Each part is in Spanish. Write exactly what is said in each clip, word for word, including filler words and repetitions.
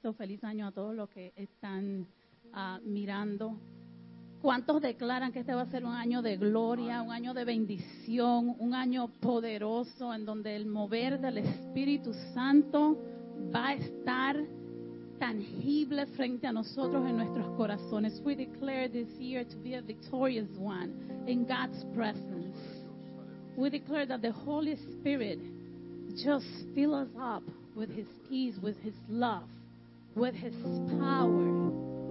Cristo. Feliz año a todos los que están uh, mirando. ¿Cuántos declaran que este va a ser un año de gloria, un año de bendición, un año poderoso en donde el mover del Espíritu Santo va a estar tangible frente a nosotros en nuestros corazones? We declare this year to be a victorious one in God's presence. We declare that the Holy Spirit just fill us up with His peace, with His love, with His power.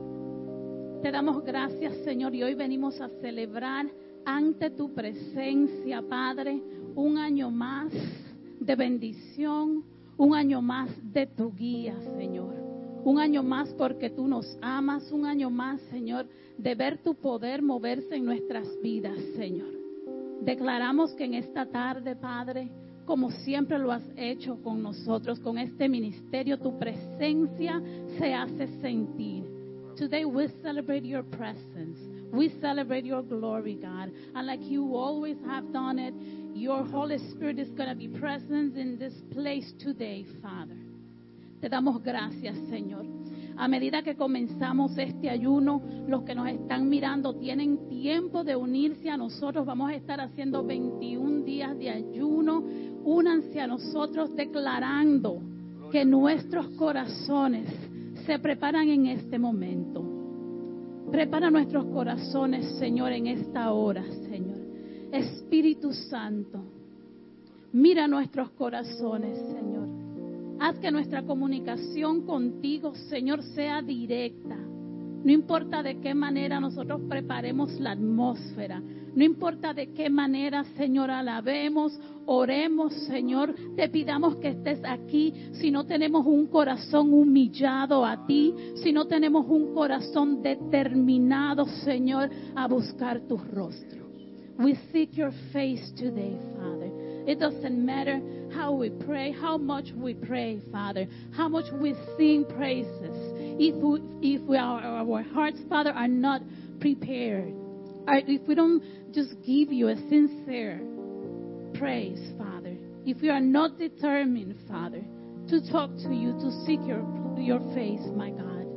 Te damos gracias, Señor, y hoy venimos a celebrar ante tu presencia, Padre, un año más de bendición, un año más de tu guía, Señor. Un año más porque tú nos amas, un año más, Señor, de ver tu poder moverse en nuestras vidas, Señor. Declaramos que en esta tarde, Padre, como siempre lo has hecho con nosotros, con este ministerio, tu presencia se hace sentir. Today we celebrate your presence. We celebrate your glory, God. And like you always have done it, your Holy Spirit is going to be present in this place today, Father. Te damos gracias, Señor. A medida que comenzamos este ayuno, los que nos están mirando tienen tiempo de unirse a nosotros. Vamos a estar haciendo veintiún días de ayuno. Únanse a nosotros declarando que nuestros corazones se preparan en este momento. Prepara nuestros corazones, Señor, en esta hora, Señor. Espíritu Santo, mira nuestros corazones, Señor. Haz que nuestra comunicación contigo, Señor, sea directa. No importa de qué manera nosotros preparemos la atmósfera. No importa de qué manera, Señor, alabemos, oremos, Señor, te pidamos que estés aquí. Si no tenemos un corazón humillado a ti, si no tenemos un corazón determinado, Señor, a buscar tu rostro. We seek your face today, Father. It doesn't matter how we pray, how much we pray, Father, how much we sing praises. If we, if we are, our hearts, Father, are not prepared, or if we don't just give you a sincere praise, Father, if we are not determined, Father, to talk to you, to seek your, your face, my God,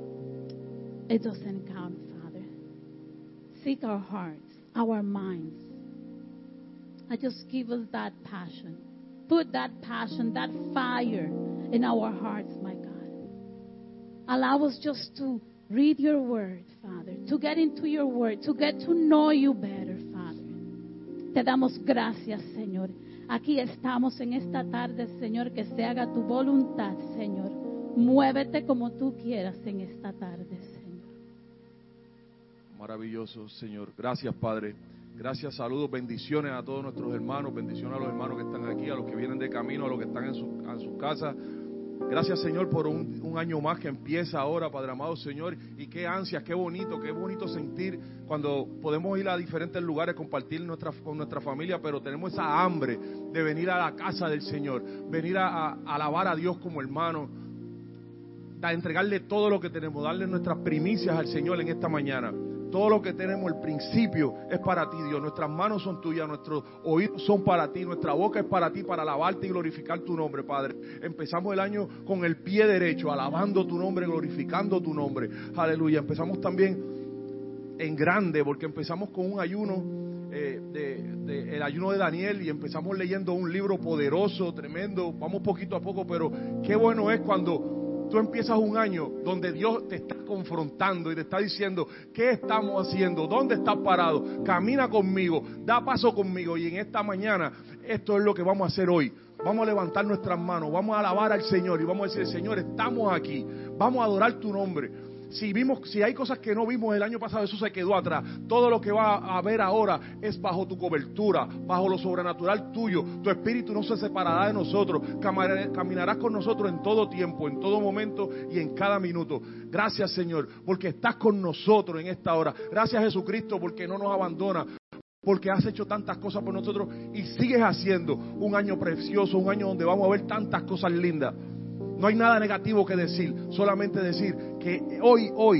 it doesn't count, Father. Seek our hearts, our minds. I just give us that passion. Put that passion, that fire in our hearts, my God. Allow us just to read your word, Father, to get into your word, to get to know you better, Father. Te damos gracias, Señor. Aquí estamos en esta tarde, Señor, que se haga tu voluntad, Señor. Muévete como tú quieras en esta tarde, Señor. Maravilloso, Señor. Gracias, Padre. Gracias, saludos, bendiciones a todos nuestros hermanos, bendiciones a los hermanos que están aquí, a los que vienen de camino, a los que están en, su, en sus casas. Gracias, Señor, por un, un año más que empieza ahora, Padre amado, Señor. Y qué ansias, qué bonito, qué bonito sentir cuando podemos ir a diferentes lugares, compartir nuestra, con nuestra familia, pero tenemos esa hambre de venir a la casa del Señor, venir a, a, a alabar a Dios como hermano, a entregarle todo lo que tenemos, darle nuestras primicias al Señor en esta mañana. Todo lo que tenemos, el principio, es para ti, Dios. Nuestras manos son tuyas, nuestros oídos son para ti, nuestra boca es para ti, para alabarte y glorificar tu nombre, Padre. Empezamos el año con el pie derecho, alabando tu nombre, glorificando tu nombre. Aleluya. Empezamos también en grande, porque empezamos con un ayuno, eh, de, de, el ayuno de Daniel, y empezamos leyendo un libro poderoso, tremendo. Vamos poquito a poco, pero qué bueno es cuando tú empiezas un año donde Dios te está confrontando y te está diciendo, ¿qué estamos haciendo? ¿Dónde estás parado? Camina conmigo, da paso conmigo. Y en esta mañana, esto es lo que vamos a hacer hoy. Vamos a levantar nuestras manos, vamos a alabar al Señor y vamos a decir, Señor, estamos aquí, vamos a adorar tu nombre. Si vimos, si hay cosas que no vimos el año pasado, eso se quedó atrás. Todo lo que va a haber ahora es bajo tu cobertura, bajo lo sobrenatural tuyo. Tu espíritu no se separará de nosotros. Caminarás con nosotros en todo tiempo, en todo momento y en cada minuto. Gracias, Señor, porque estás con nosotros en esta hora. Gracias, Jesucristo, porque no nos abandona, porque has hecho tantas cosas por nosotros y sigues haciendo un año precioso, un año donde vamos a ver tantas cosas lindas. No hay nada negativo que decir, solamente decir que hoy, hoy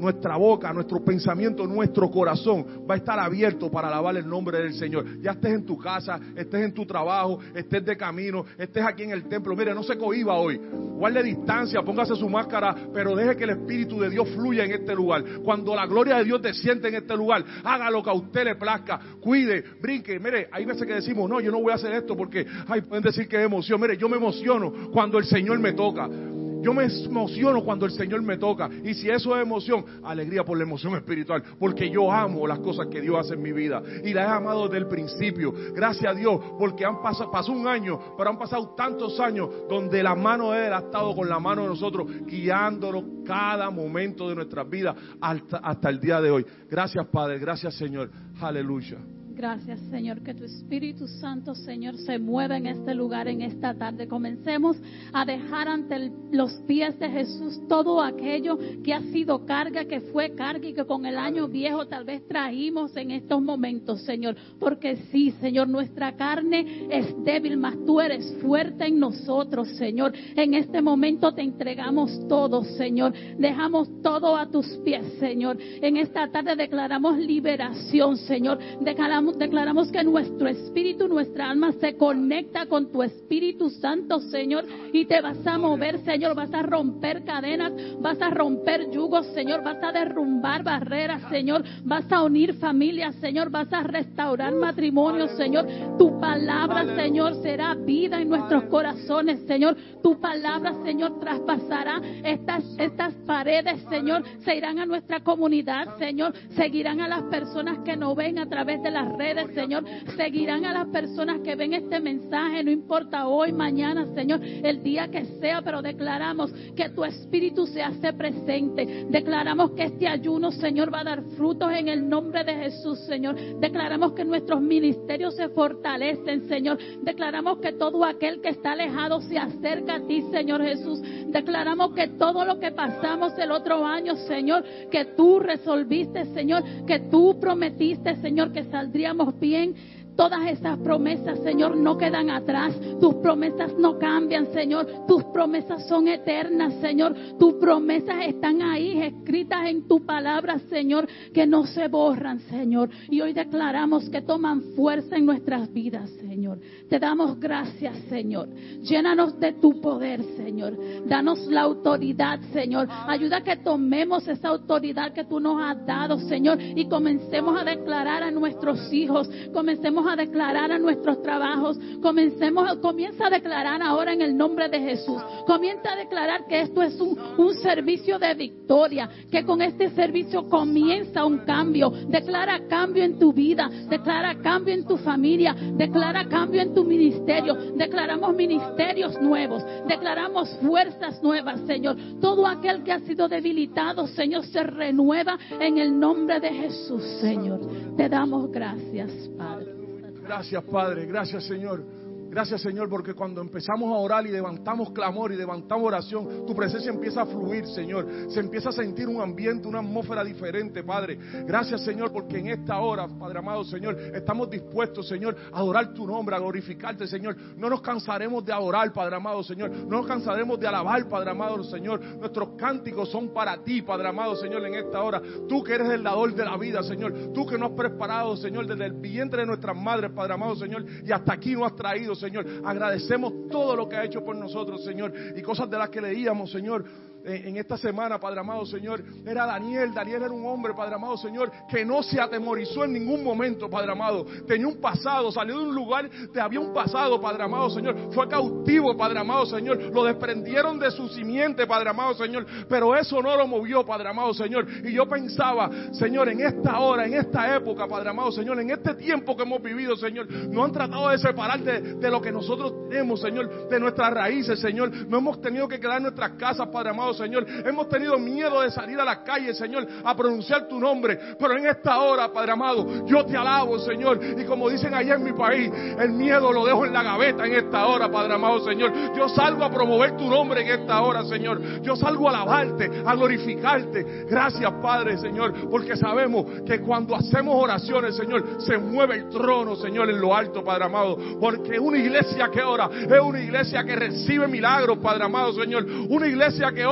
nuestra boca, nuestro pensamiento, nuestro corazón va a estar abierto para alabar el nombre del Señor. Ya estés en tu casa, estés en tu trabajo, estés de camino, estés aquí en el templo. Mire, no se cohiba hoy. Guarde distancia, póngase su máscara, pero deje que el Espíritu de Dios fluya en este lugar. Cuando la gloria de Dios desciende en este lugar, haga lo que a usted le plazca. Cuide, brinque. Mire, hay veces que decimos, no, yo no voy a hacer esto porque, ay, pueden decir que es emoción. Mire, yo me emociono cuando el Señor me toca. Yo me emociono cuando el Señor me toca. Y si eso es emoción, alegría por la emoción espiritual. Porque yo amo las cosas que Dios hace en mi vida. Y las he amado desde el principio. Gracias a Dios, porque han pasado, pasó un año, pero han pasado tantos años donde la mano de Él ha estado con la mano de nosotros, guiándonos cada momento de nuestras vidas hasta, hasta el día de hoy. Gracias, Padre. Gracias, Señor. Aleluya. Gracias, Señor, que tu Espíritu Santo, Señor, se mueva en este lugar, en esta tarde. Comencemos a dejar ante el, los pies de Jesús todo aquello que ha sido carga, que fue carga y que con el año viejo tal vez trajimos en estos momentos, Señor. Porque sí, Señor, nuestra carne es débil, mas tú eres fuerte en nosotros, Señor. En este momento te entregamos todo, Señor. Dejamos todo a tus pies, Señor. En esta tarde declaramos liberación, Señor. Declaramos Declaramos que nuestro espíritu, nuestra alma se conecta con tu Espíritu Santo, Señor, y te vas a mover, Señor, vas a romper cadenas, vas a romper yugos, Señor, vas a derrumbar barreras, Señor, vas a unir familias, Señor, vas a restaurar matrimonios, Señor. Tu palabra, Señor, será vida en nuestros corazones, Señor. Tu palabra, Señor, traspasará estas, estas paredes, Señor, se irán a nuestra comunidad, Señor, seguirán a las personas que nos ven a través de las redes, Señor, seguirán a las personas que ven este mensaje, no importa hoy, mañana, Señor, el día que sea, pero declaramos que tu Espíritu se hace presente. Declaramos que este ayuno, Señor, va a dar frutos en el nombre de Jesús, Señor. Declaramos que nuestros ministerios se fortalecen, Señor. Declaramos que todo aquel que está alejado se acerca a ti, Señor Jesús. Declaramos que todo lo que pasamos el otro año, Señor, que tú resolviste, Señor, que tú prometiste, Señor, que saldríamos bien. Todas esas promesas, Señor, no quedan atrás. Tus promesas no cambian, Señor. Tus promesas son eternas, Señor. Tus promesas están ahí, escritas en tu palabra, Señor, que no se borran, Señor. Y hoy declaramos que toman fuerza en nuestras vidas, Señor. Te damos gracias, Señor. Llénanos de tu poder, Señor. Danos la autoridad, Señor. Ayuda a que tomemos esa autoridad que tú nos has dado, Señor, y comencemos a declarar a nuestros hijos, comencemos a declarar a nuestros trabajos, comencemos, comienza a declarar ahora en el nombre de Jesús, comienza a declarar que esto es un, un servicio de victoria, que con este servicio comienza un cambio. Declara cambio en tu vida, declara cambio en tu familia, declara cambio en tu ministerio. Declaramos ministerios nuevos, declaramos fuerzas nuevas, Señor. Todo aquel que ha sido debilitado, Señor, se renueva en el nombre de Jesús, Señor. Te damos gracias, Padre. Gracias, Padre. Gracias, Señor. Gracias, Señor, porque cuando empezamos a orar y levantamos clamor y levantamos oración, tu presencia empieza a fluir, Señor. Se empieza a sentir un ambiente, una atmósfera diferente, Padre. Gracias, Señor, porque en esta hora, Padre amado, Señor, estamos dispuestos, Señor, a adorar tu nombre, a glorificarte, Señor. No nos cansaremos de adorar, Padre amado, Señor. No nos cansaremos de alabar, Padre amado, Señor. Nuestros cánticos son para ti, Padre amado, Señor, en esta hora. Tú que eres el dador de la vida, Señor. Tú que nos has preparado, Señor, desde el vientre de nuestras madres, Padre amado, Señor. Y hasta aquí nos has traído, Señor. Agradecemos todo lo que ha hecho por nosotros, Señor, y cosas de las que leíamos, Señor, en esta semana, Padre amado, Señor. Era Daniel, Daniel era un hombre, Padre amado, Señor, que no se atemorizó en ningún momento, Padre amado. Tenía un pasado, salió de un lugar, te había un pasado, Padre amado, Señor. Fue cautivo, Padre amado, Señor. Lo desprendieron de su simiente, Padre amado, Señor. Pero eso no lo movió, Padre amado, Señor. Y yo pensaba, Señor, en esta hora, en esta época, Padre amado, Señor, en este tiempo que hemos vivido, Señor, no han tratado de separar de, de lo que nosotros tenemos, Señor, de nuestras raíces, Señor. No hemos tenido que quedar en nuestras casas, Padre amado, Señor. Hemos tenido miedo de salir a las calles, Señor, a pronunciar tu nombre. Pero en esta hora, Padre amado, yo te alabo, Señor. Y como dicen allá en mi país, el miedo lo dejo en la gaveta en esta hora, Padre amado, Señor. Yo salgo a promover tu nombre en esta hora, Señor. Yo salgo a alabarte, a glorificarte. Gracias, Padre, Señor, porque sabemos que cuando hacemos oraciones, Señor, se mueve el trono, Señor, en lo alto, Padre amado. Porque una iglesia que ora es una iglesia que recibe milagros, Padre amado, Señor. Una iglesia que ora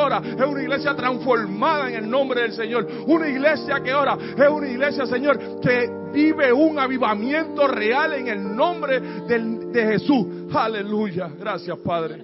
ora es una iglesia transformada en el nombre del Señor. Una iglesia que ora es una iglesia, Señor, que vive un avivamiento real en el nombre de, de Jesús. Aleluya. Gracias, Padre.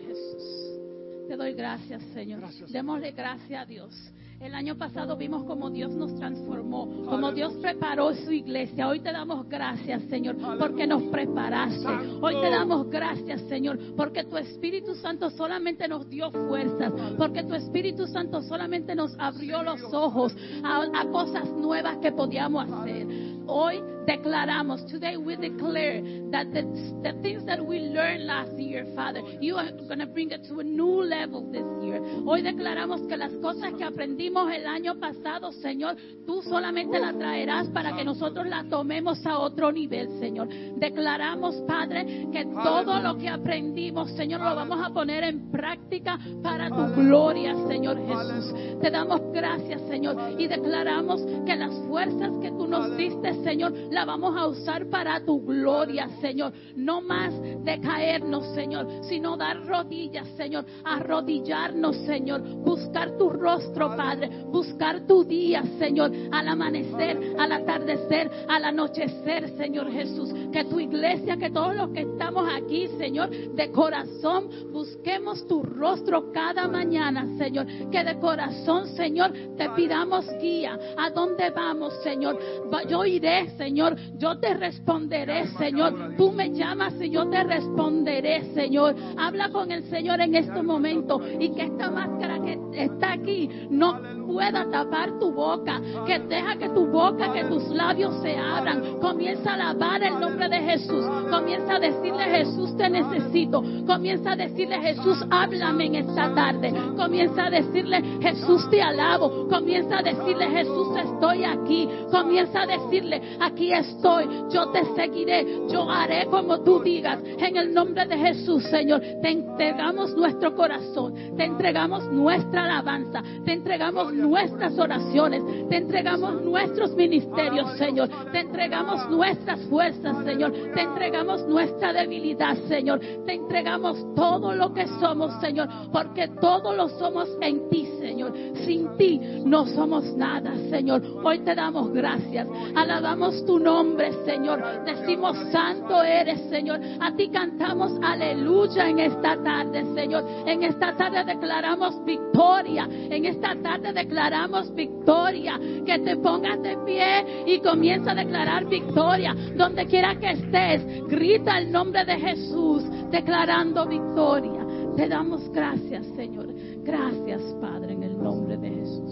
Jesús, te doy gracias, Señor. Gracias, Démosle gracias a Dios. El año pasado vimos cómo Dios nos transformó, cómo Dios preparó su iglesia. Hoy te damos gracias, Señor, porque nos preparaste. Hoy te damos gracias, Señor, porque tu Espíritu Santo solamente nos dio fuerzas, porque tu Espíritu Santo solamente nos abrió los ojos a, a cosas nuevas que podíamos hacer. Hoy declaramos, today we declare that the, the things that we learned last year, Father, you are going to bring it to a new level this year. Hoy declaramos que las cosas que aprendimos el año pasado, Señor, tú solamente las traerás para que nosotros las tomemos a otro nivel, Señor. Declaramos, Padre, que todo lo que aprendimos, Señor, lo vamos a poner en práctica para tu gloria, Señor Jesús. Te damos gracias, Señor, y declaramos que las fuerzas que tú nos diste, Señor, la vamos a usar para tu gloria, Señor. No más de caernos, Señor, sino dar rodillas, Señor, arrodillarnos, Señor, buscar tu rostro, Padre, buscar tu día, Señor, al amanecer, al atardecer, al anochecer, Señor Jesús. Que tu iglesia, que todos los que estamos aquí, Señor, de corazón busquemos tu rostro cada mañana, Señor. Que de corazón, Señor, te pidamos guía. ¿A dónde vamos, Señor? Yo iré, Señor, yo te responderé, Señor. Tú me llamas y yo te responderé, Señor. Habla con el Señor en este momento y que esta máscara que está aquí no pueda tapar tu boca. Que deja que tu boca, que tus labios se abran. Comienza a alabar el nombre de Jesús. Comienza a decirle: Jesús, te necesito. Comienza a decirle: Jesús, háblame en esta tarde. Comienza a decirle: Jesús, te alabo. Comienza a decirle: Jesús, estoy aquí. Comienza a decirle: aquí estoy, yo te seguiré, yo haré como tú digas. En el nombre de Jesús, Señor, te entregamos nuestro corazón, te entregamos nuestra alabanza, te entregamos nuestras oraciones, te entregamos nuestros ministerios, Señor, te entregamos nuestras fuerzas, Señor, te entregamos nuestra debilidad, Señor, te entregamos todo lo que somos, Señor, porque todo lo somos en ti, Señor. Sin ti no somos nada, Señor. Hoy te damos gracias, alabamos tu nombre, Señor. Decimos: santo eres, Señor. A ti cantamos aleluya en esta tarde, Señor. En esta tarde declaramos victoria. En esta tarde declaramos victoria. Que te pongas de pie y comienza a declarar victoria. Donde quiera que estés, grita el nombre de Jesús, declarando victoria. Te damos gracias, Señor. Gracias, Padre, en el nombre de Jesús.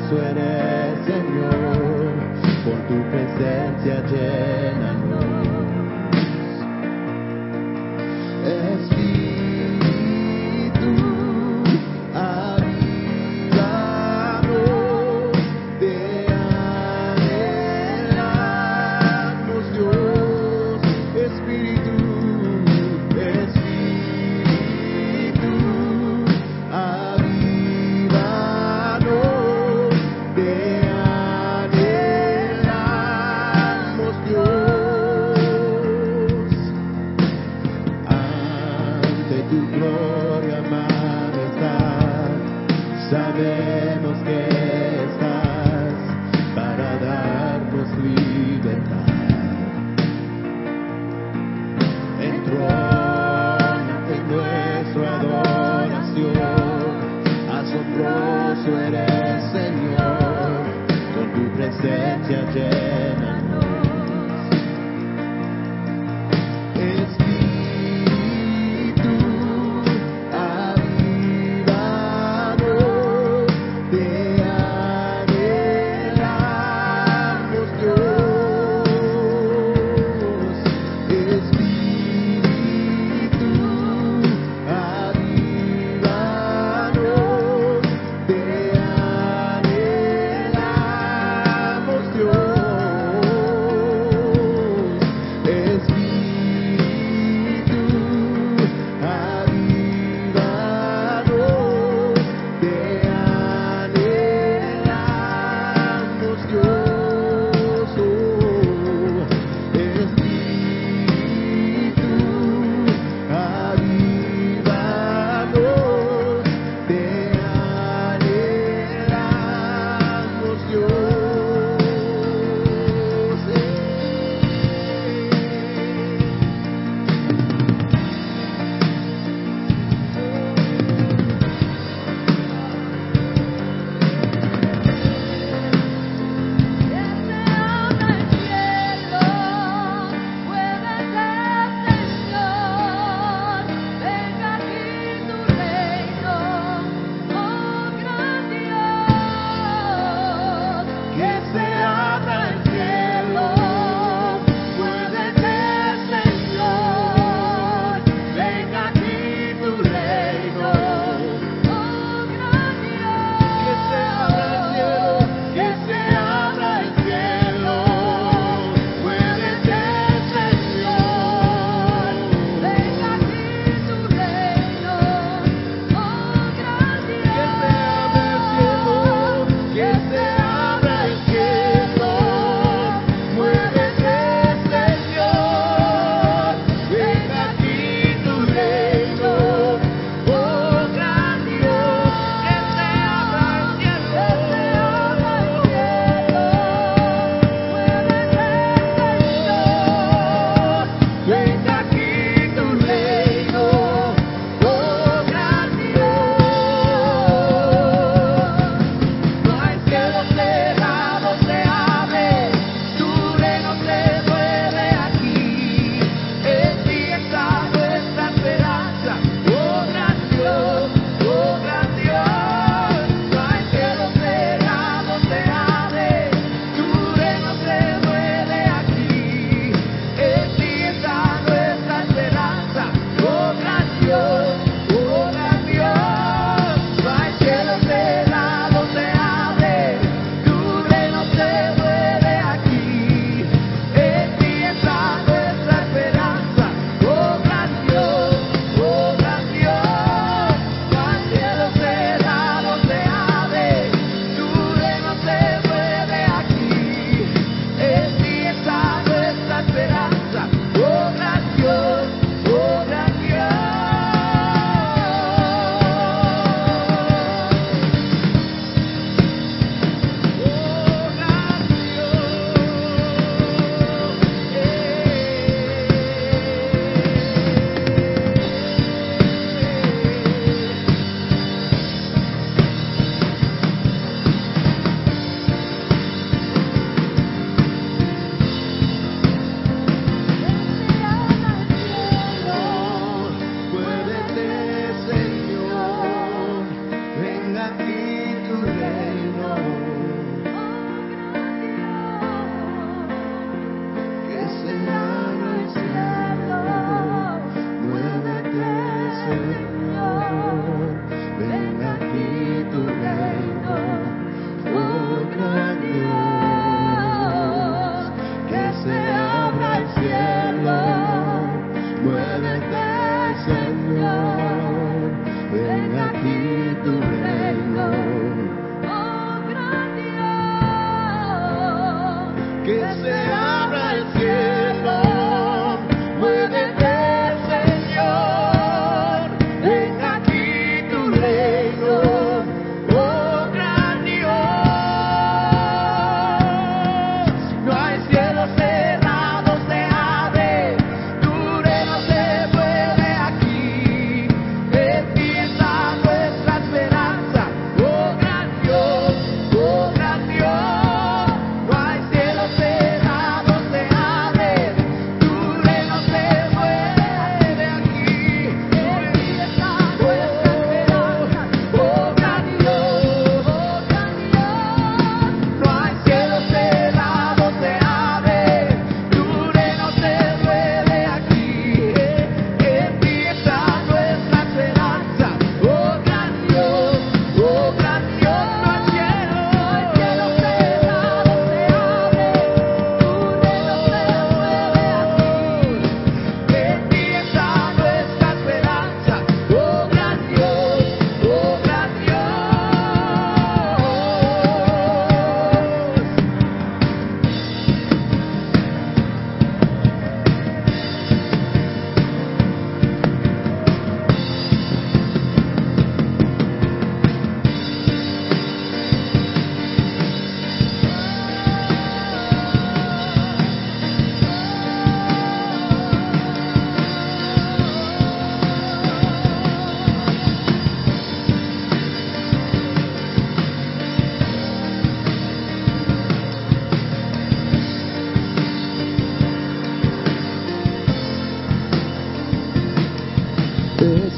asombroso eres, Señor, con tu presencia llénanos. Espíritu, avívanos, te anhelamos, Dios. Espíritu, Espíritu, avívanos, te anhelamos, Dios. Ante tu gloria, majestad, sabemos que estás para darnos libertad. Entrónate en nuestra adoración, asombroso eres, Señor, con tu presencia llénanos. Espíritu, avívanos, te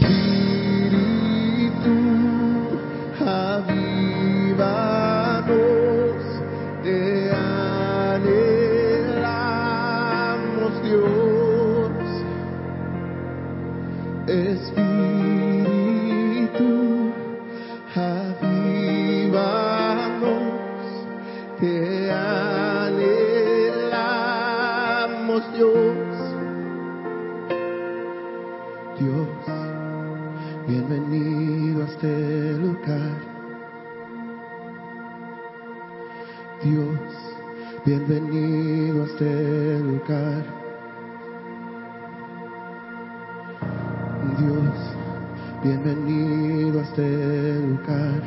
Espíritu, avívanos, te anhelamos, Dios. Espíritu, avívanos, te anhelamos, Dios. Dios, bienvenido a este lugar. Dios, bienvenido a este lugar. Dios, bienvenido a este lugar.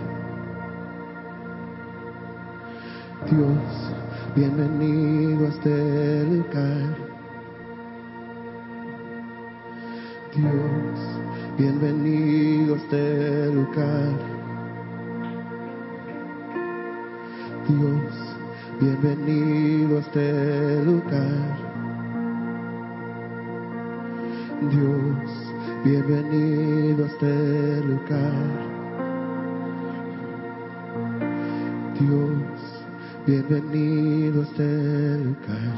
Dios, bienvenido a este lugar. Dios, bienvenido a este lugar. Dios, bienvenido a este lugar. Dios, bienvenido a este lugar. Dios, bienvenido a este lugar.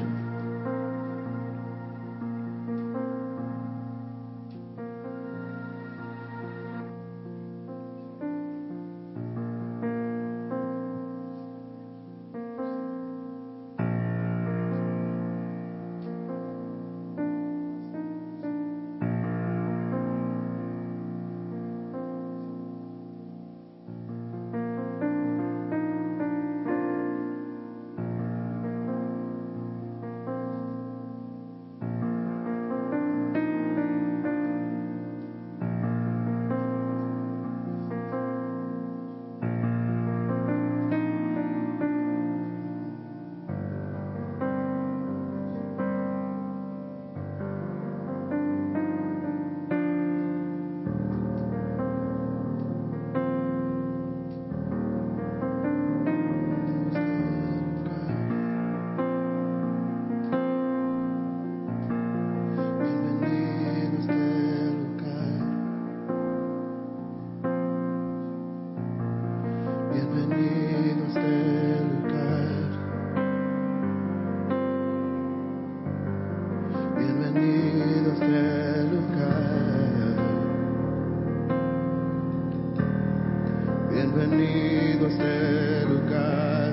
Bienvenido a este lugar.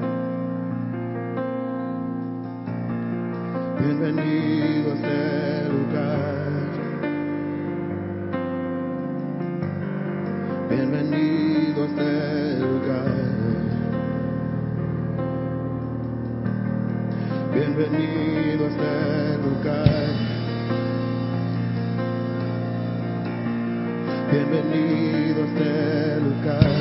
Bienvenido a este lugar. Bienvenido a este lugar. Bienvenido a este lugar. Bienvenido a este lugar.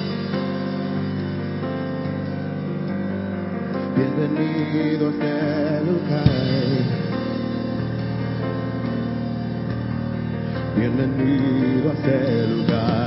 Bienvenido a este lugar. Bienvenido a este lugar.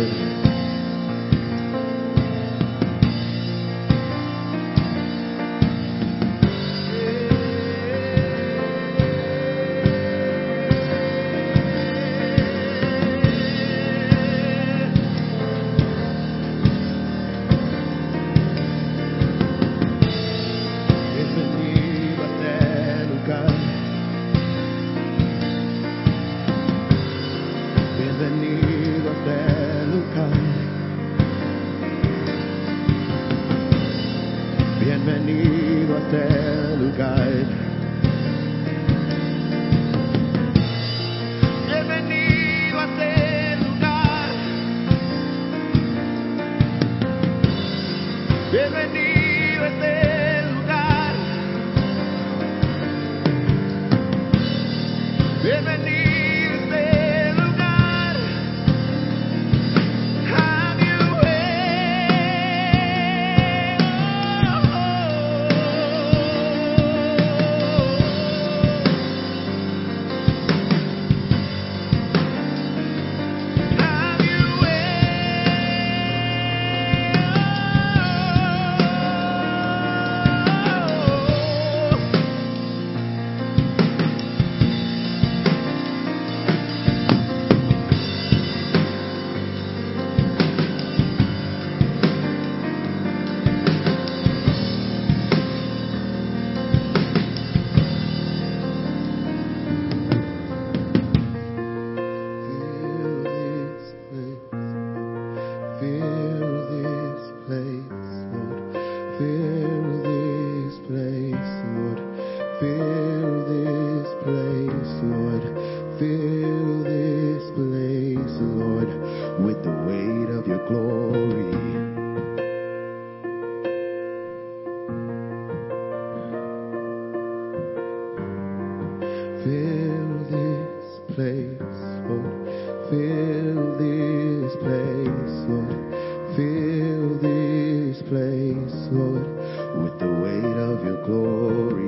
Bienvenido a este lugar. Bienvenido a este lugar. Bienvenido a este lugar. Bienvenido. with the weight of your glory. Fill this place, Lord. Fill this place, Lord. Fill this place, Lord, with the weight of your glory.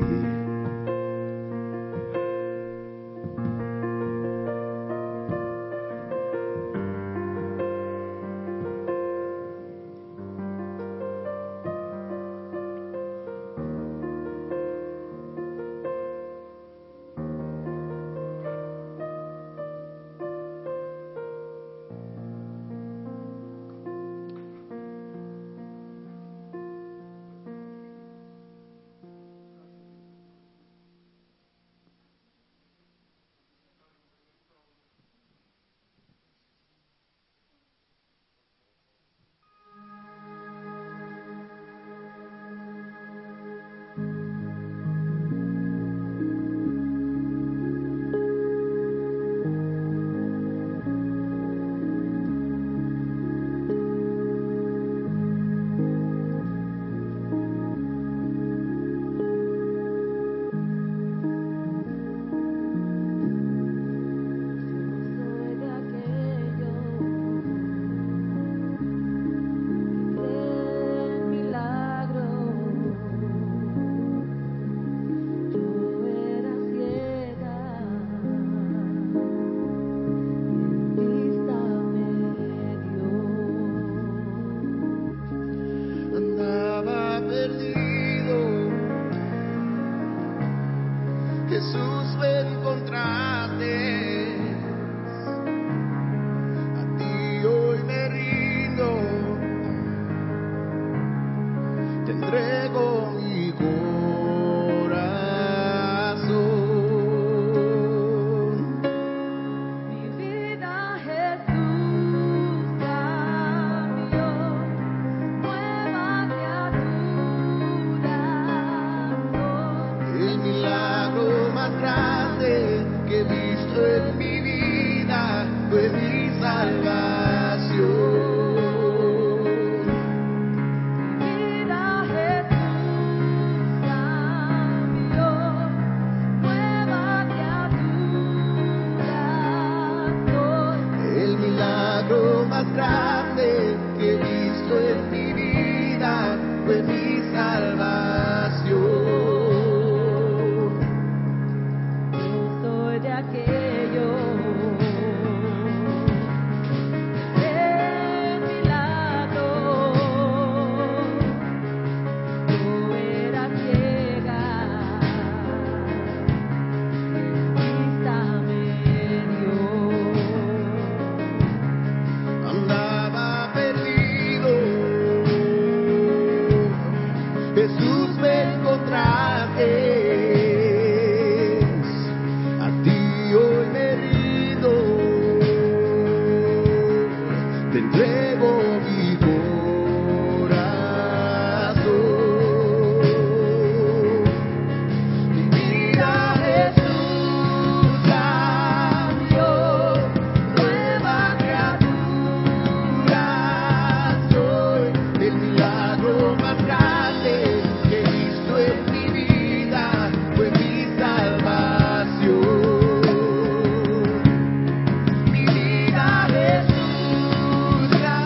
Jesús me encontraste, a ti hoy me rindo, te entrego mi corazón. Mi vida Jesús cambió, nueva criatura soy. El milagro más grande que he visto en mi vida fue mi salvación. Mi vida Jesús cambió, nueva criatura soy. El milagro más grande que he visto en mi vida fue mi salvación. Yo soy de aquellos el milagro. Yo era ciega, Cristo me dio. Andaba perdido, Jesús me encontraste, a ti hoy me rindo, te entrego mi corazón. Mi vida Jesús cambió, nueva criatura soy. El milagro más grande que he visto en mi vida fue mi salvación. Mi vida Jesús cambió,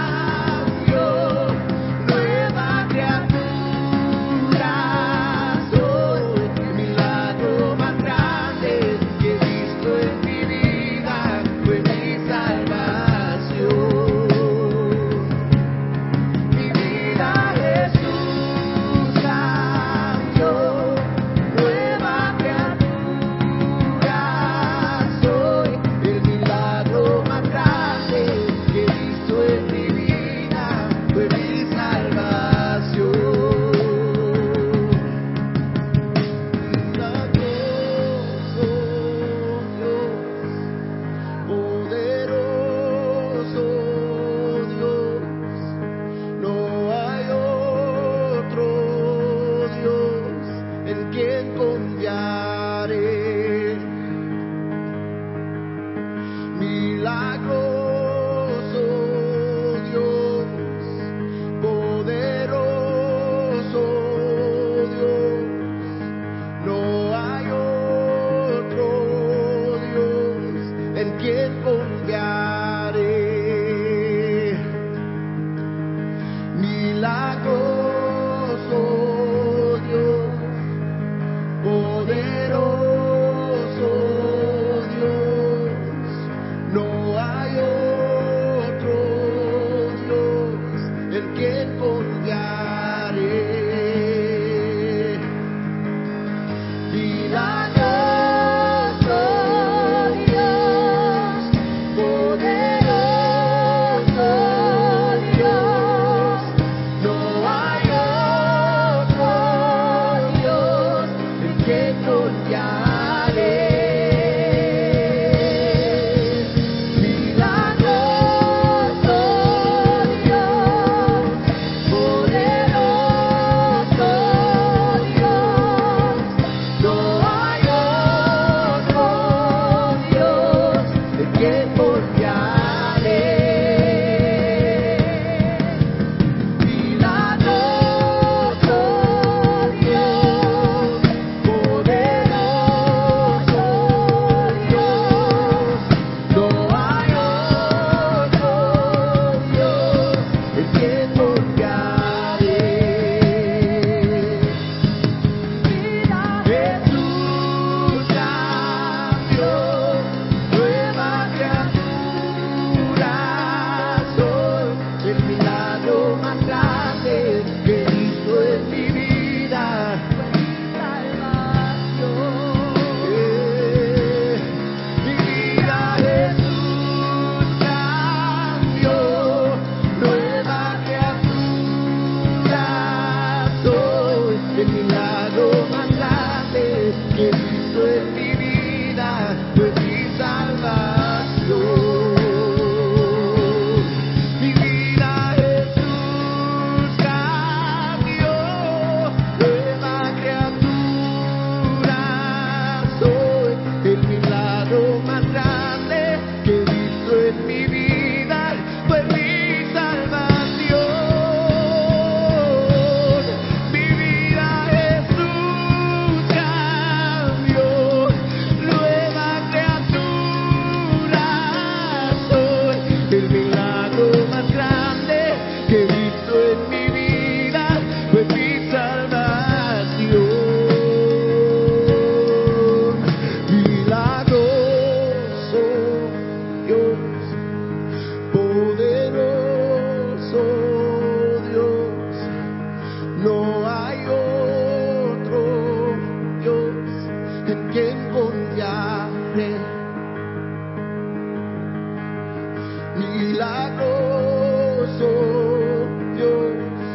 milagroso Dios,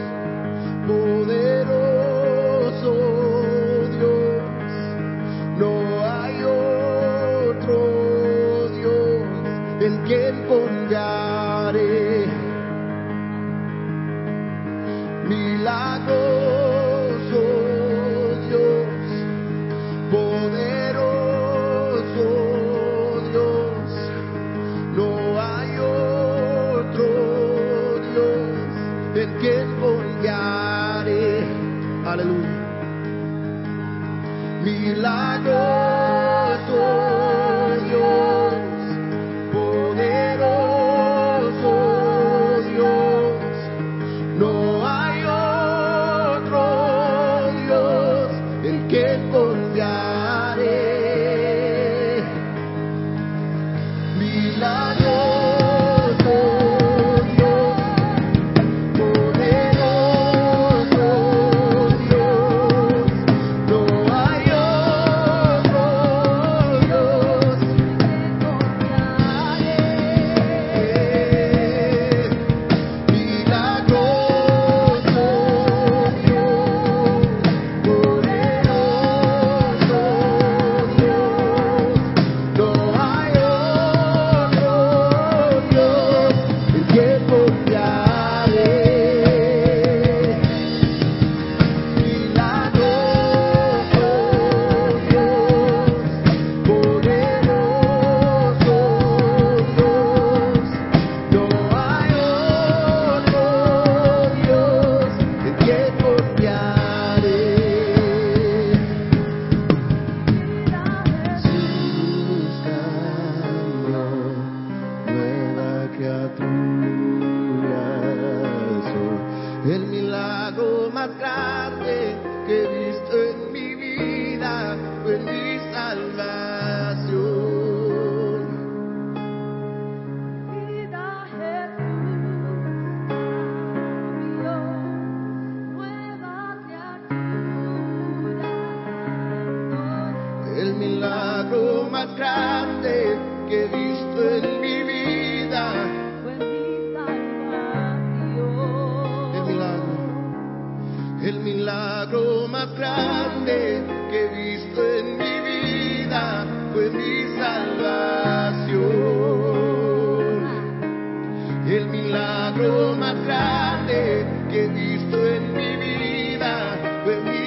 poderoso Dios, no hay otro Dios en quien confiaré. Milagroso Dios, poderoso Dios, no hay otro Dios en quien confiaré. Aleluya. Milagroso Dios, poderoso Dios, no hay otro Dios en quien confiaré. Milagroso Dios, poderoso Dios, no hay otro Dios en quien confiaré. Milagroso Dios, poderoso Dios, no hay otro Dios en quien confiaré. Milagroso Dios, poderoso Dios, no hay otro Dios en quien confiaré. Jesús cambio, nueva criatura soy. El milagro más grande que he visto en mi vida fue mi salvación. Vida Jesús, cambio, nueva criatura soy. El milagro más grande que he visto en mi vida. Fue mi salvación. El milagro, el milagro más grande que he visto en mi vida fue mi salvación. El milagro más grande que he visto en mi vida fue mi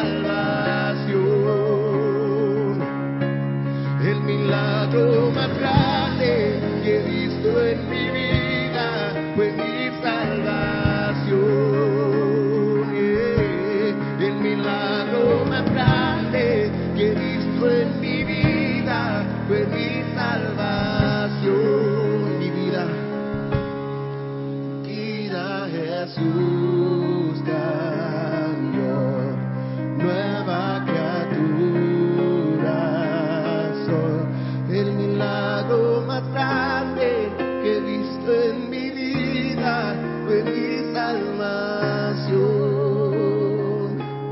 salvación. El milagro más grande que he visto en mi vida fue mi salvación. Yeah. El milagro más grande que he visto en mi vida fue mi salvación. Mi vida, vida Jesús cambió, nueva criatura soy. El milagro más grande que he visto en mi vida fue mi salvación.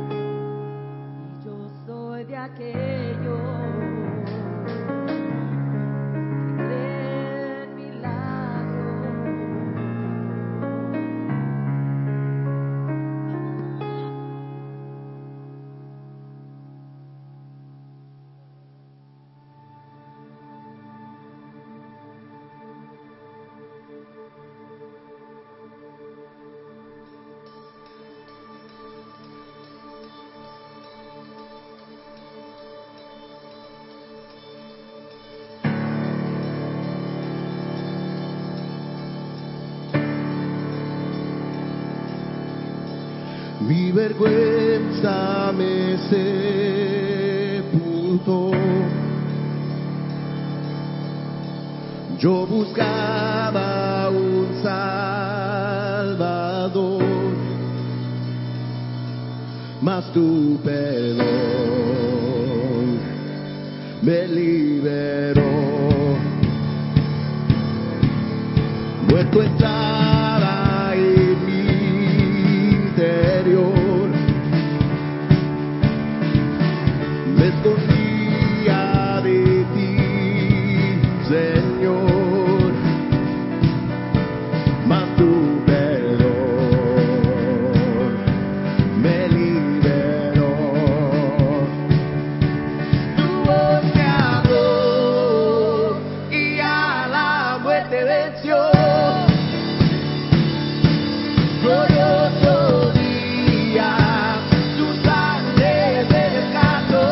Y yo soy de aquellos que creen milagros. Mi vergüenza me sepultó. Yo buscaba un Salvador, mas tu perdón me liberó. Muerto estaba en mi interior, me escondía de ti, Señor. glorioso día, tu sangre me rescató,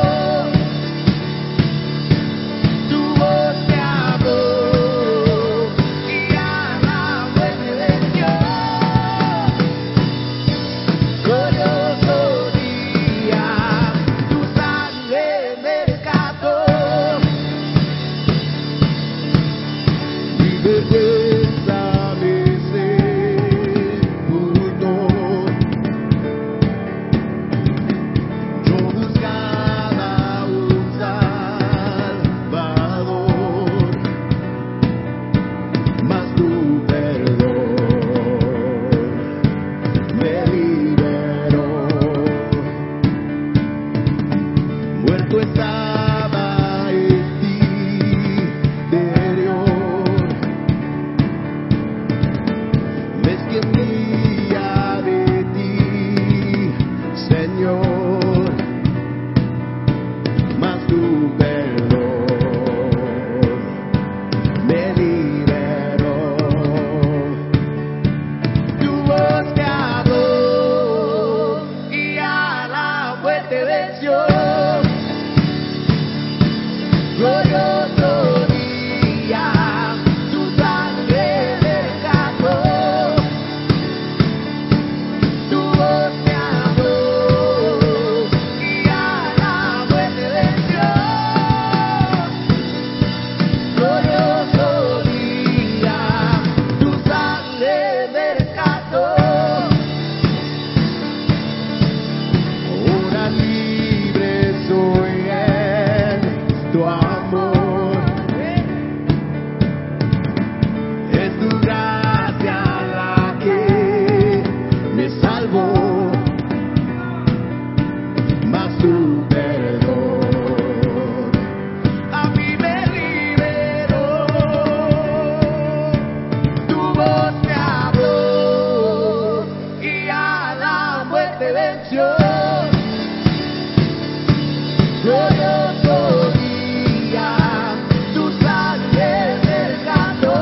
tu voz me habló y a la muerte venció. Glorioso día, tu sangre me rescató. Mi vergüenza me sepultó. Yo buscaba un Salvador, mas tu perdón me liberó. Muerto estaba en ti interior, me escondía de ti, Señor, mas tu perdón me liberó. Tu voz me habló y a la muerte venció. Glorioso día, tu sangre me rescató, tu voz me habló y a la muerte venció. Glorioso día, tu sangre me rescató. Ahora libre soy en tu amor, es tu gracia la que me salvó, mas tu perdón a mí me liberó. Tu voz me habló y a la muerte venció. Glorioso día, tu sangre me rescató,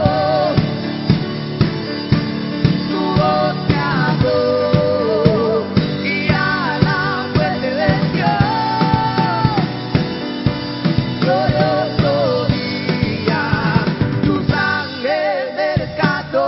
tu voz me habló y a la muerte venció. Glorioso día, tu sangre me rescató.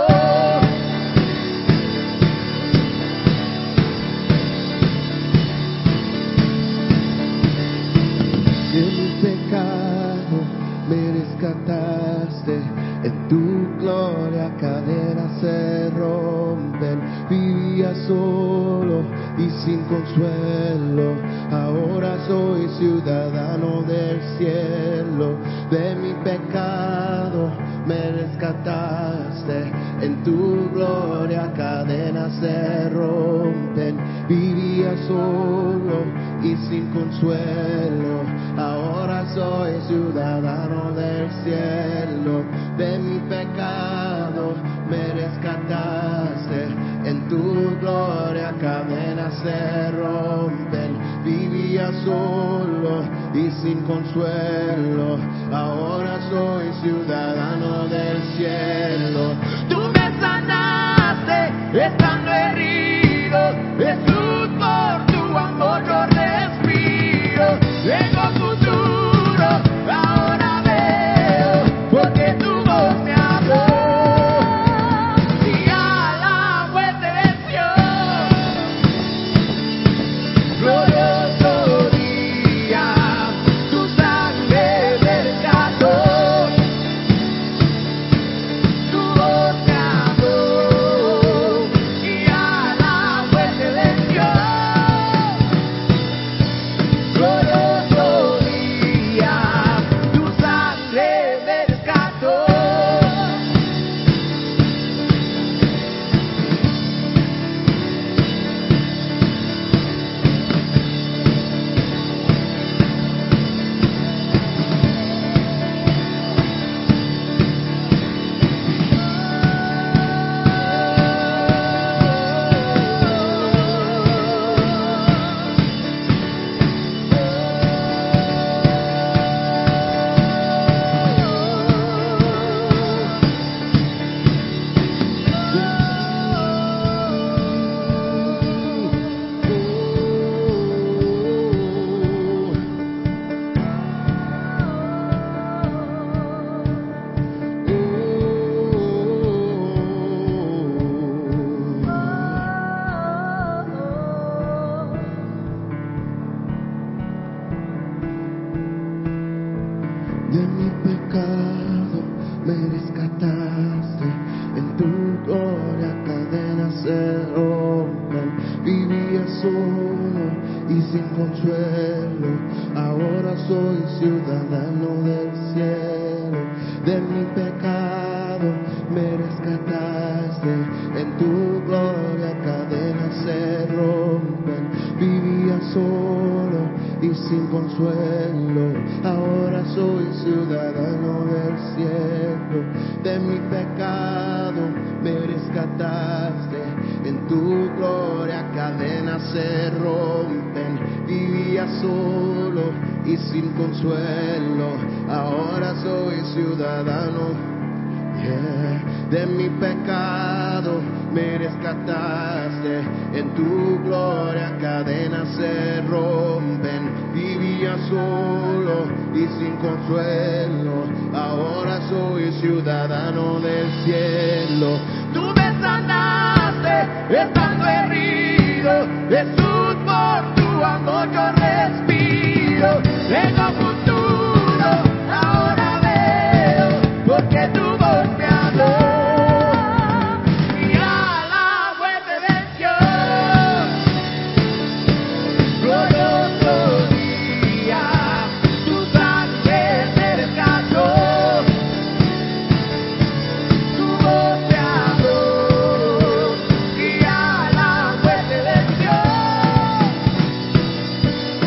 De mi pecado me rescataste, en tu gloria cadenas se rompen. Vivía solo y sin consuelo, ahora soy ciudadano del cielo. De mi pecado me rescataste, en tu gloria cadenas se rompen. Vivía solo y sin consuelo, ahora soy ciudadano del cielo. De mi pecado me rescataste, en tu gloria cadenas se rompen. Vivía solo y sin consuelo, ahora soy ciudadano del cielo. Tú me sanaste estando herido, Jesús, por tu amor yo respiro. Tengo futuro, ahora veo, porque tu voz me habló y a la muerte venció. Glorioso día, tu sangre me rescató, gloria cadenas se rompen. Vivía solo y sin consuelo, ahora soy ciudadano del cielo. De mi pecado me rescataste, en tu gloria cadenas se rompen. Vivía solo y sin consuelo, ahora soy ciudadano del cielo. De mi pecado me rescataste, en tu gloria cadenas se rompen. Vivía solo y sin consuelo, ahora soy ciudadano. Yeah. De mi pecado me rescataste, en tu gloria cadenas se rompen. Vivía solo y sin consuelo, ahora soy ciudadano del cielo. Tú me sanaste estando herido, Jesús, por tu amor yo respiro. Tengo futuro, ahora veo, porque tu voz me habló. Mi alma te venció. Glorioso día, tu sangre me rescató. Tu voz me habló. Mi alma te venció.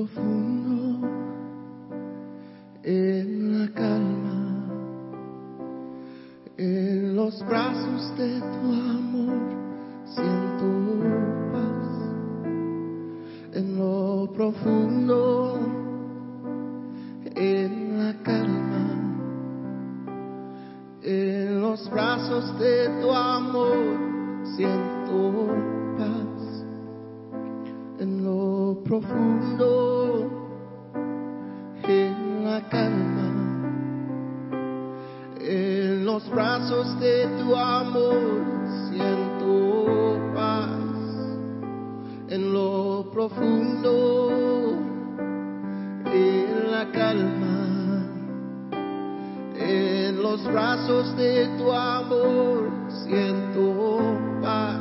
profundo, en la calma, en los brazos de tu amor, siento paz. En lo profundo, en la calma, en los brazos de tu amor, siento paz. En lo profundo, en la calma, en los brazos de tu amor, siento paz. En lo profundo, en la calma, en los brazos de tu amor, siento paz.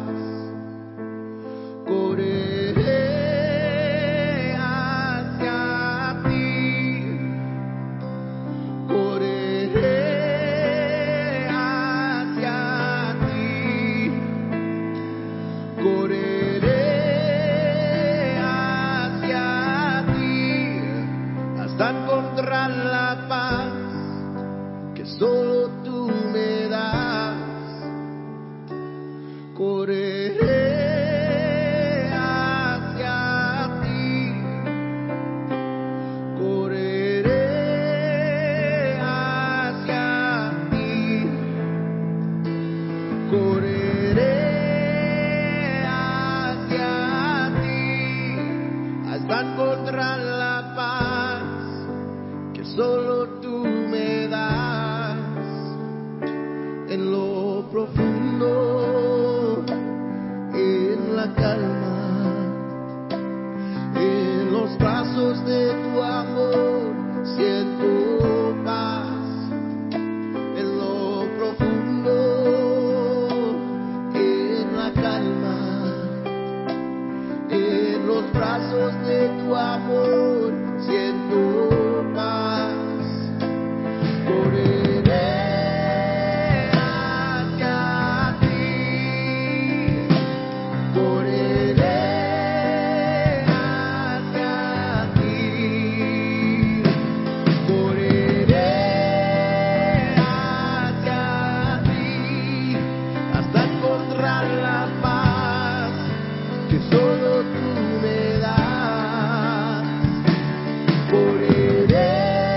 Correré hacia ti, correré hacia ti, correré hacia ti, hasta encontrar la paz que solo tú me das. Correré hacia ti, correré hacia ti, correré hacia ti, hasta encontrar la paz que solo tú me das. En lo profundo, en la calma, en los brazos de tu amor, siento paz. En lo profundo, en la calma, en los brazos de tu amor, siento paz. Correré hacia ti, correré hacia ti, correré hacia ti, hasta encontrar la paz que solo tú me das. Correré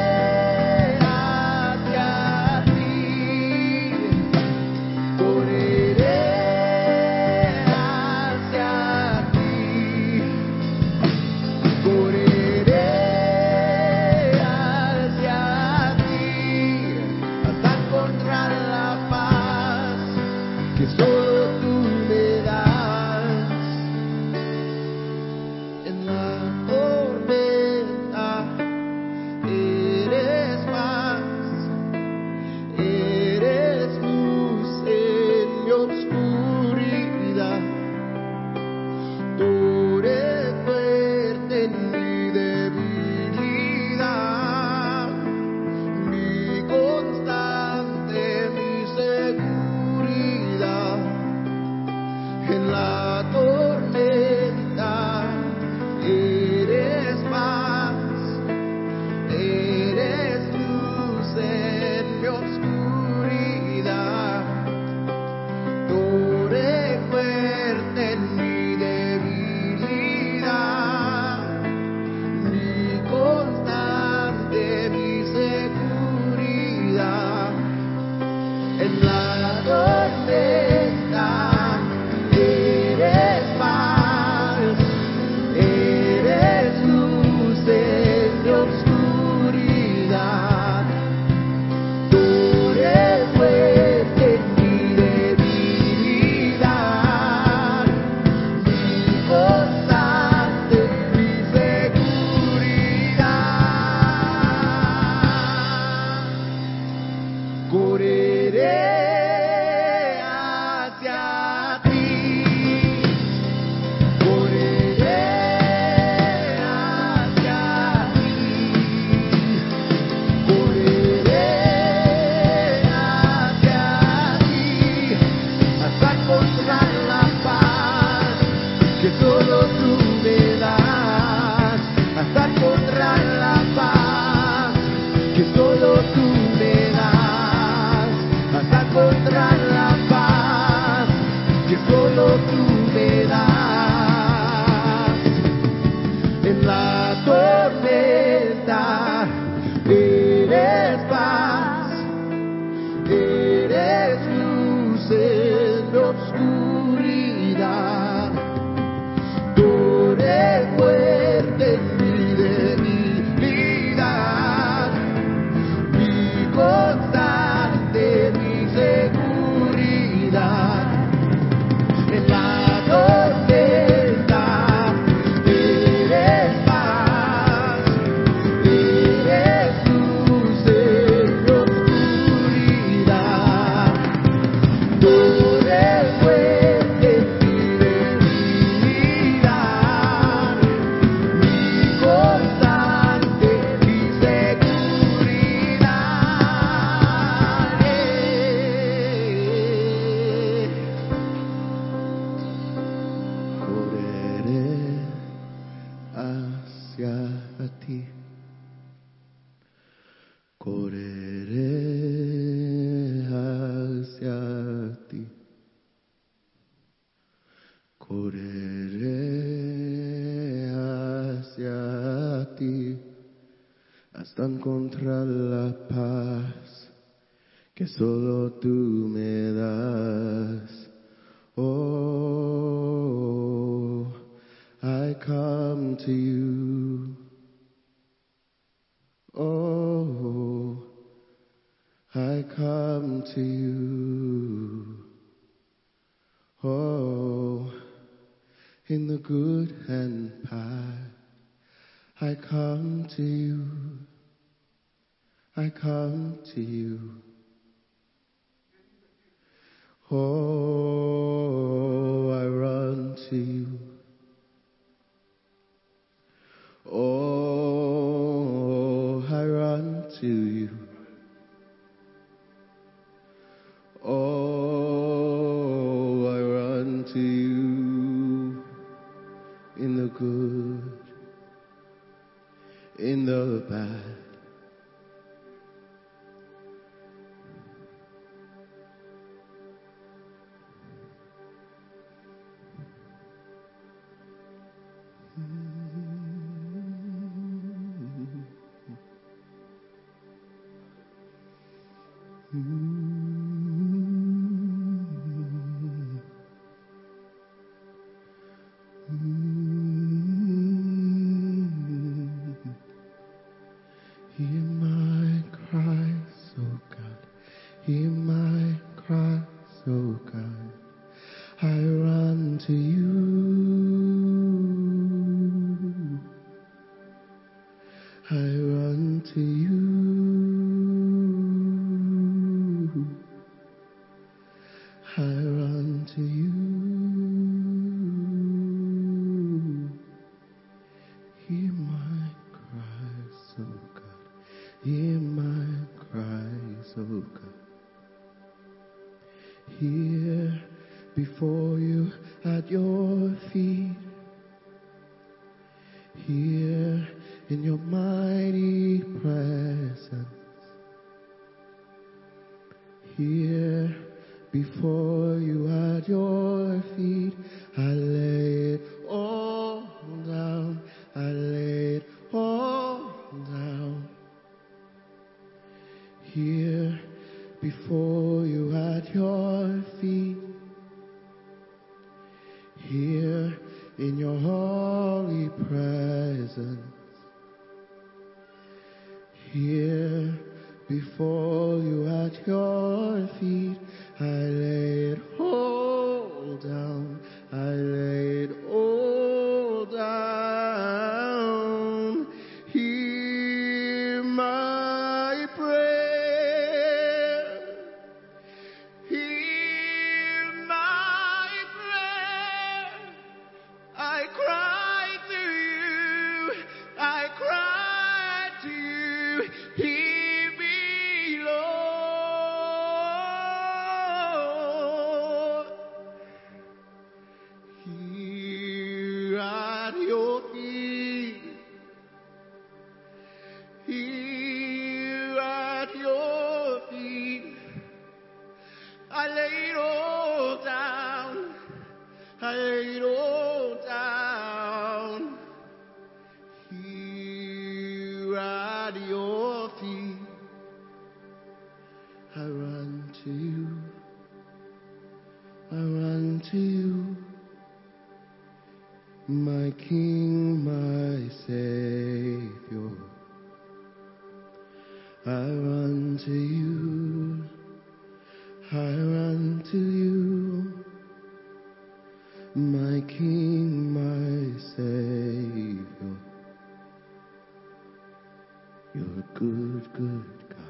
hacia ti, correré hacia ti, correré hacia ti, hasta encontrar la paz que solo tú me das. En la tormenta eres paz, eres luz en mi oscuridad. Tú eres fuerte en mi debilidad, mi constante, mi seguridad. En la tormenta eres paz, eres luz en mi oscuridad. Tú eres fuerte en mi debilidad, mi constante, mi seguridad. En la tormenta eres paz, eres luz en mi oscuridad. Tú eres fuerte en mi debilidad, mi constante, mi seguridad. Correré hacia ti, correré hacia ti, correré hacia ti, hasta encontrar la paz que solo tú me das. Hasta oscuridad. Tú eres fuerte en mi debilidad, mi constante, mi seguridad. En la tormenta eres paz, eres luz en la oscuridad. Tú eres fuerte en mi debilidad, mi constante, mi seguridad. Correré hacia ti, correré hacia ti, correré hacia ti, hasta encontrar la paz que solo tú me das. Oh, I come to you. Oh, I come to you. Oh, in the good and bad, I come to you. I come to you. Oh, I run to you. Oh, I run to you. Oh, I run to you in the good, in the bad. Hear my cries, oh God. Hear my cries, oh God. I run to you. I run to you. I run to you. Hear my cries, oh God. Hear my cries, oh God. Here before you at your feet. Here in your mighty presence. Here before you at your feet. I lay it all down. I lay it all down. Here before you at your feet. Here in your holy presence. Here before you at your feet. I lay it all down. I lay it all down. Hear my prayer. Hear my prayer. I cry to you. I cry to you. Hear me, Lord. Here at your feet. Here at your feet. I lay it all down. I lay it all down. Here at your feet. I run to you. I run to you, my King, my Savior. I run to you, I run to you, my King, my Savior. You're a good, good God.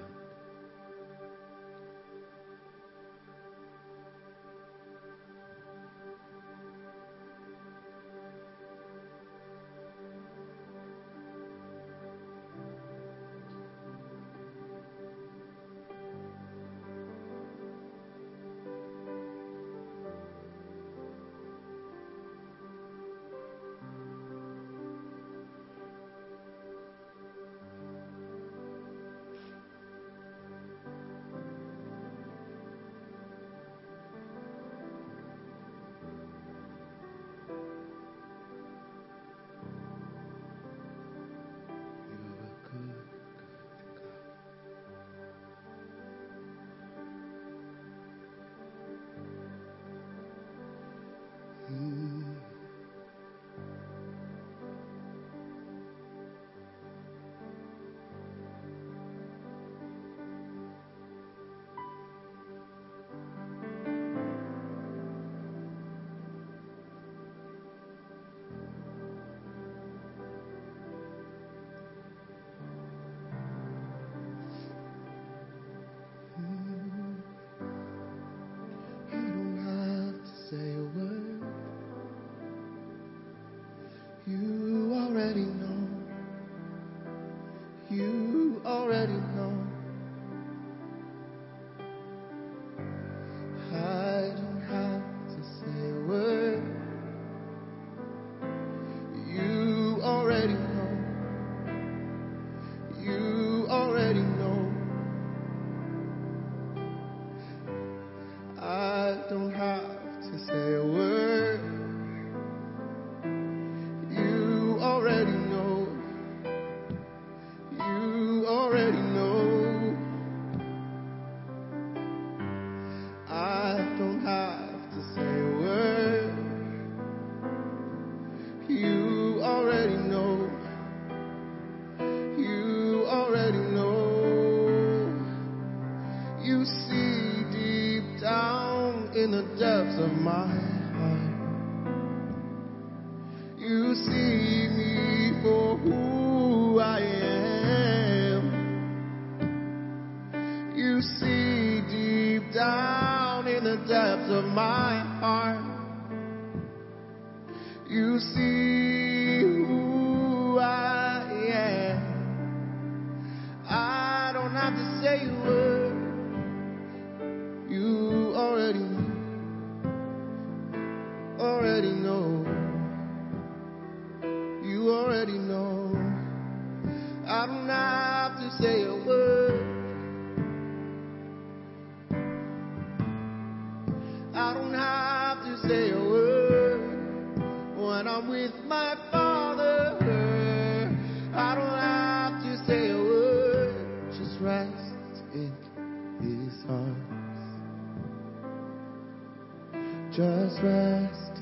Just rest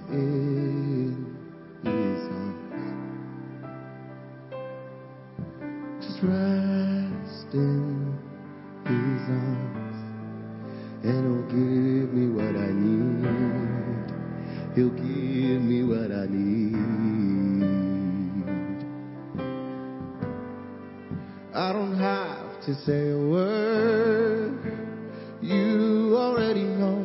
in His arms. Just rest in His arms, and He'll give me what I need. He'll give me what I need. I don't have to say a word. You already know.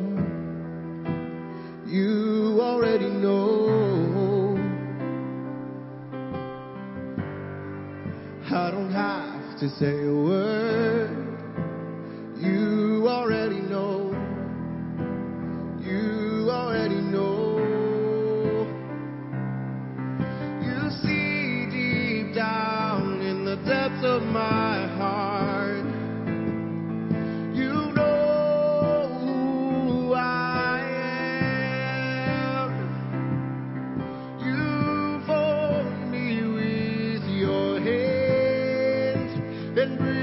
You already know. I don't have to say a word. You already know. You already know. You see deep down in the depths of my heart. You know who I am. You formed me with your hands and breathed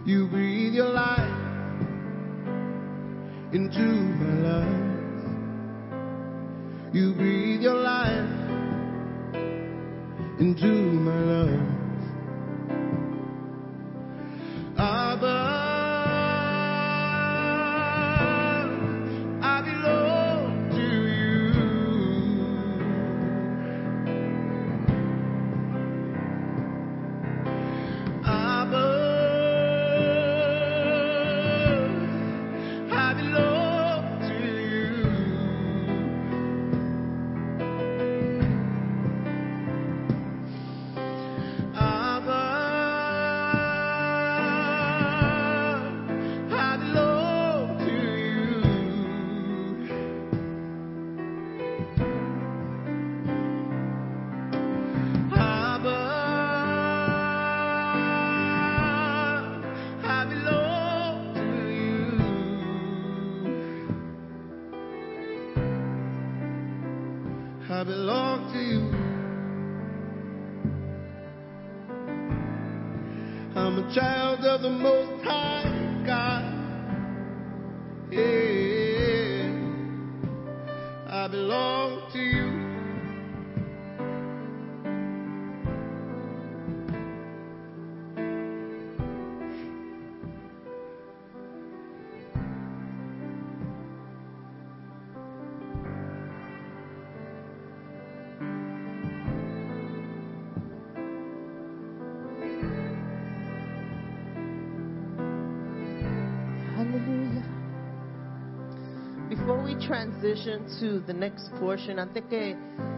You breathe your life into my life. You breathe your life into my life. Abba, I belong to you. Abba, I belong to you. Abba, I belong to you. Abba, I belong to you. I belong to you. I'm a child of the Most High God. Yeah, I belong to you. Hallelujah. Before we transition to the next portion, antes que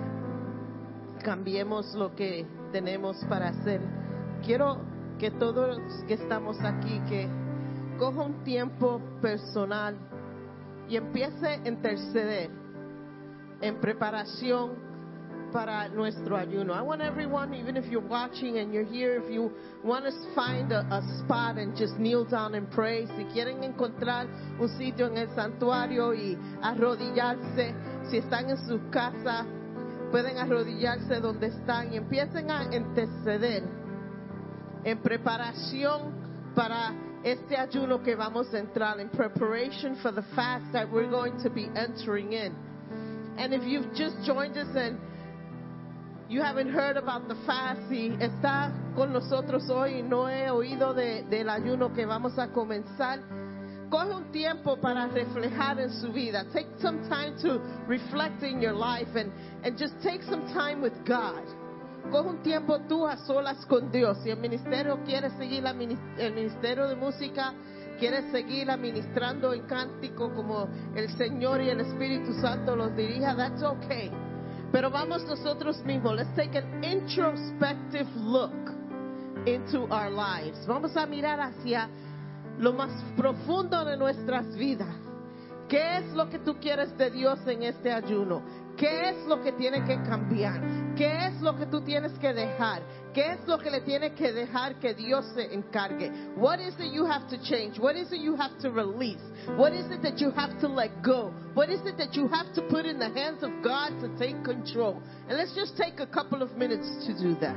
cambiemos lo que tenemos para hacer, quiero que todos que estamos aquí, que coja un tiempo personal y empiece a interceder en preparación para nuestro ayuno. I want everyone, even if you're watching and you're here, if you want to find a, a spot and just kneel down and pray, si quieren encontrar un sitio en el santuario y arrodillarse, si están en sus casas, pueden arrodillarse donde están y empiecen a interceder en preparación para este ayuno que vamos a entrar, in preparation for the fast that we're going to be entering in. And if you've just joined us and you haven't heard about the fast, si está con nosotros hoy y no he oído de, del ayuno que vamos a comenzar, coge un tiempo para reflejar en su vida. Take some time to reflect in your life and, and just take some time with God. Coge un tiempo tú a solas con Dios. Si el ministerio quiere seguir la, el ministerio de música, quiere seguir administrando en cántico como el Señor y el Espíritu Santo los dirija, that's okay. Pero vamos nosotros mismos. Let's take an introspective look into our lives. Vamos a mirar hacia lo más profundo de nuestras vidas. ¿Qué es lo que tú quieres de Dios en este ayuno? ¿Qué es lo que tiene que cambiar? ¿Qué es lo que tú tienes que dejar? ¿Qué es lo que le tiene que dejar que Dios se encargue? What is it you have to change? What is it you have to release? What is it that you have to let go? What is it that you have to put in the hands of God to take control? And let's just take a couple of minutes to do that.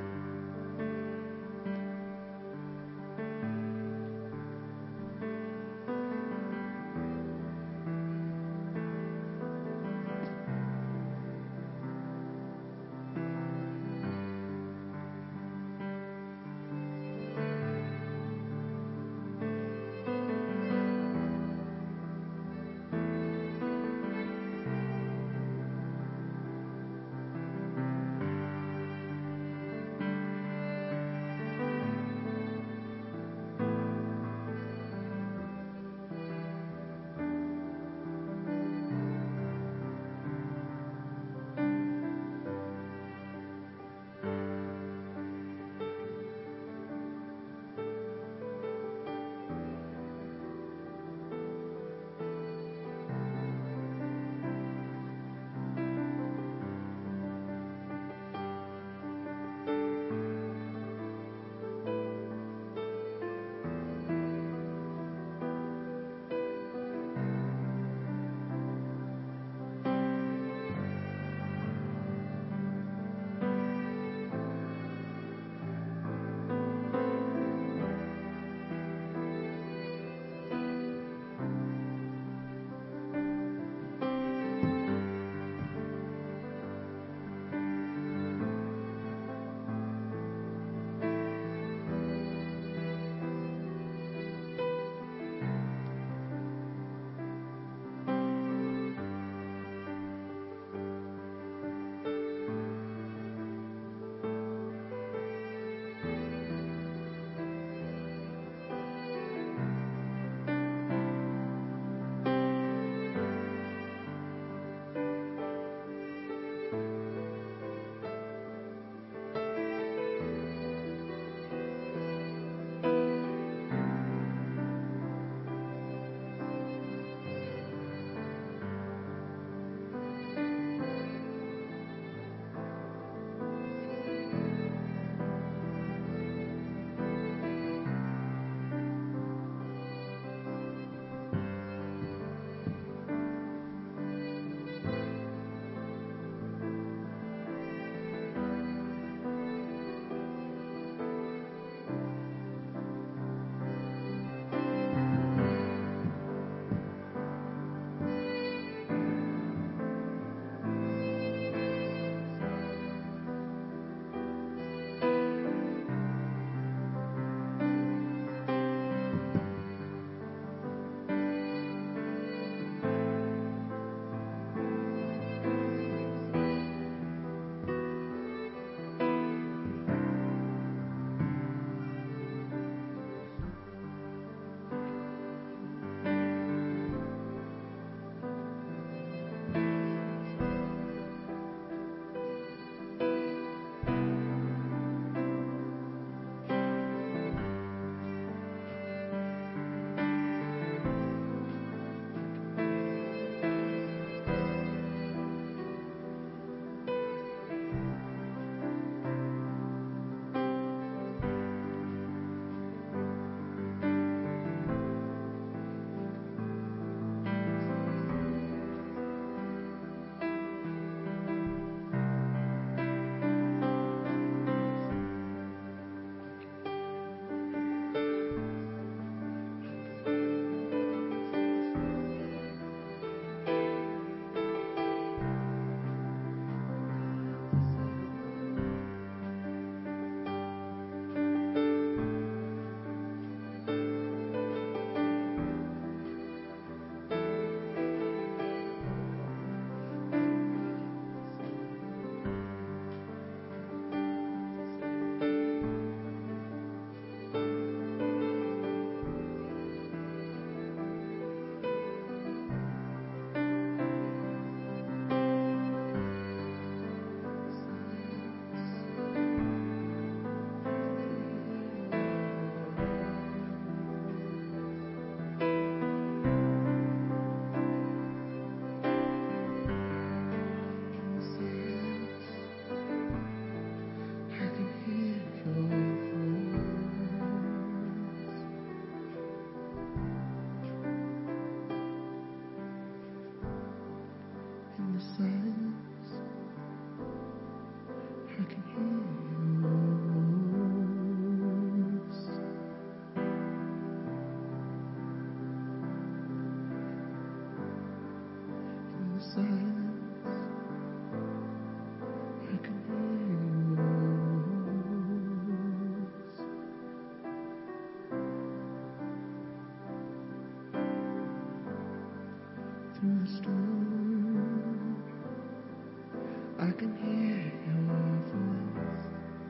through a storm, I can hear your voice.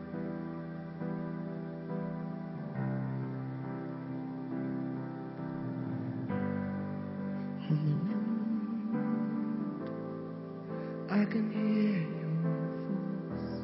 On the wind, I can hear your voice.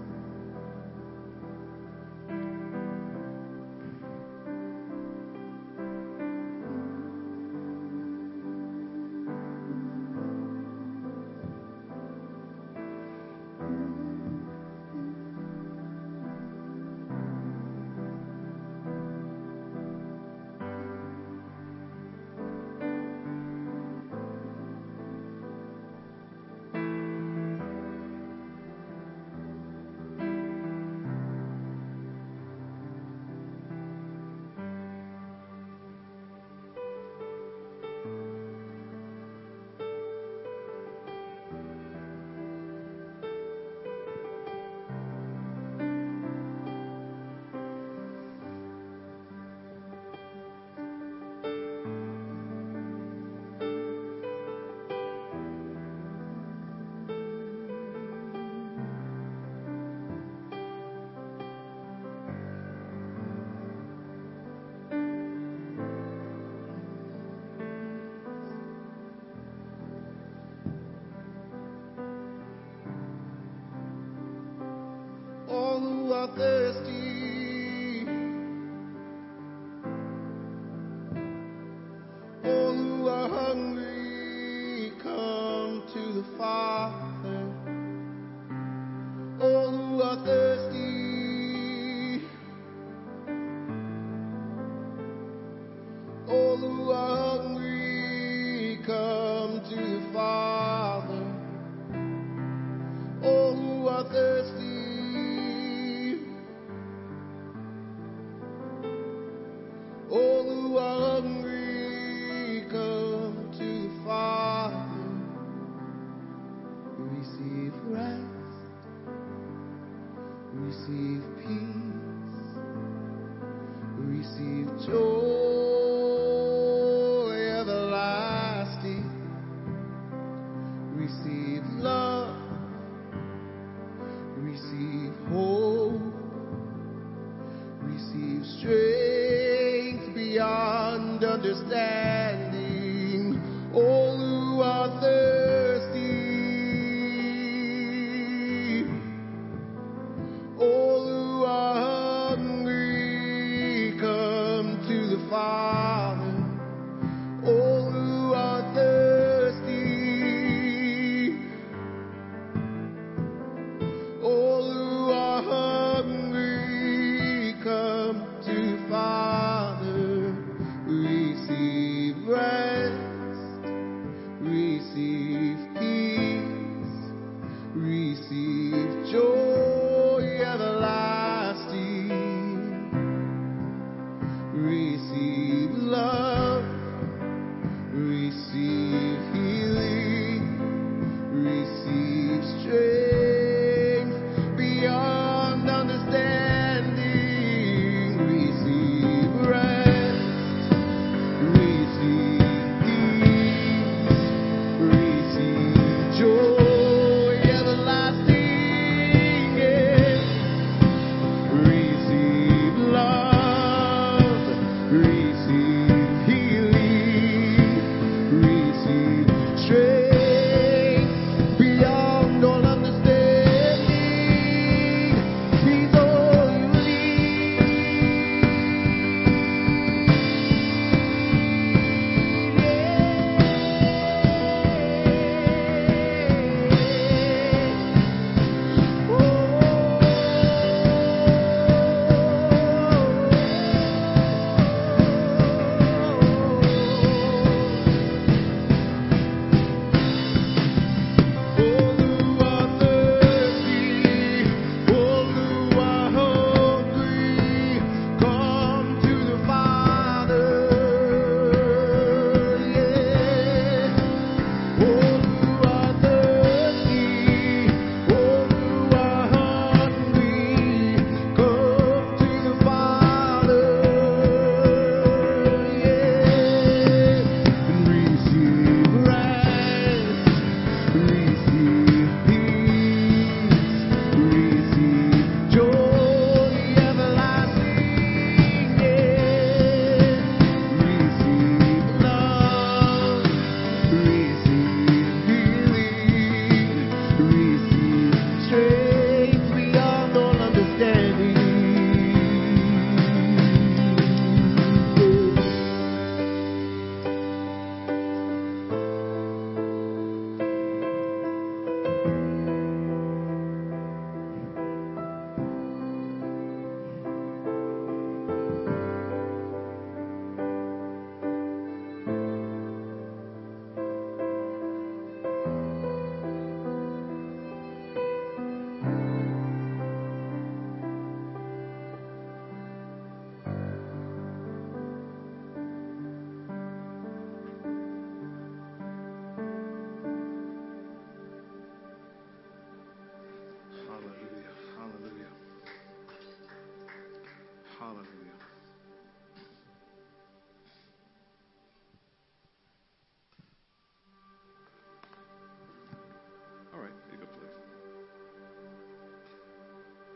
All who are thirsty, all who are hungry, come to the Father. All who are thirsty, all who are hungry, come to the Father. All who are thirsty, all who are hungry, come to the Father. Receive rest, receive peace, receive joy everlasting, receive love, receive hope, receive strength beyond understanding. All who are thirsty, all who are hungry, come to the Father. All who are thirsty, all who are hungry, come to the Father. Receive rest, receive peace, receive joy everlasting, receive love, receive healing, receive strength beyond understanding, receive rest, receive peace, receive joy everlasting, yes. Receive love, receive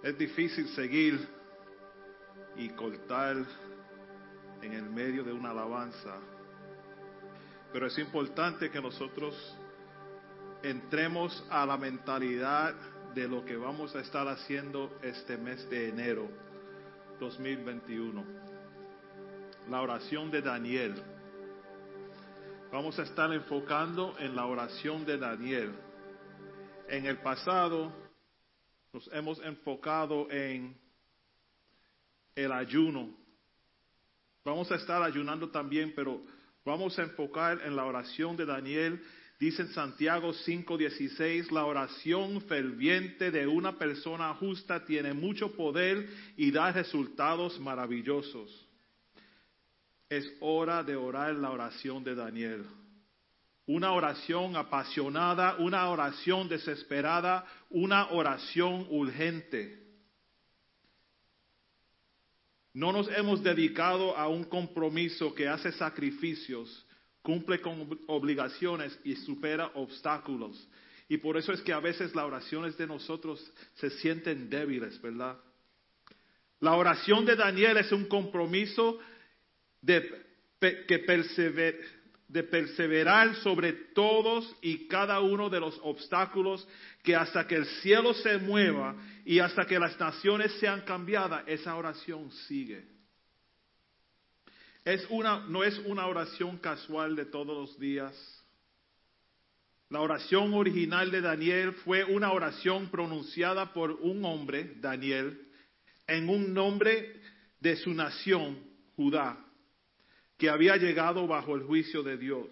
Es difícil seguir y cortar en el medio de una alabanza, pero es importante que nosotros entremos a la mentalidad de lo que vamos a estar haciendo este mes de enero dos mil veintiuno. La oración de Daniel. Vamos a estar enfocando en la oración de Daniel. En el pasado nos hemos enfocado en el ayuno. Vamos a estar ayunando también, pero vamos a enfocar en la oración de Daniel. Dice en Santiago cinco dieciséis, la oración ferviente de una persona justa tiene mucho poder y da resultados maravillosos. Es hora de orar la oración de Daniel. Una oración apasionada, una oración desesperada, una oración urgente. No nos hemos dedicado a un compromiso que hace sacrificios, cumple con obligaciones y supera obstáculos. Y por eso es que a veces las oraciones de nosotros se sienten débiles, ¿verdad? La oración de Daniel es un compromiso de, que persever, de perseverar sobre todos y cada uno de los obstáculos, que hasta que el cielo se mueva y hasta que las naciones sean cambiadas, esa oración sigue. Es una, no es una oración casual de todos los días. La oración original de Daniel fue una oración pronunciada por un hombre, Daniel, en un nombre de su nación, Judá, que había llegado bajo el juicio de Dios.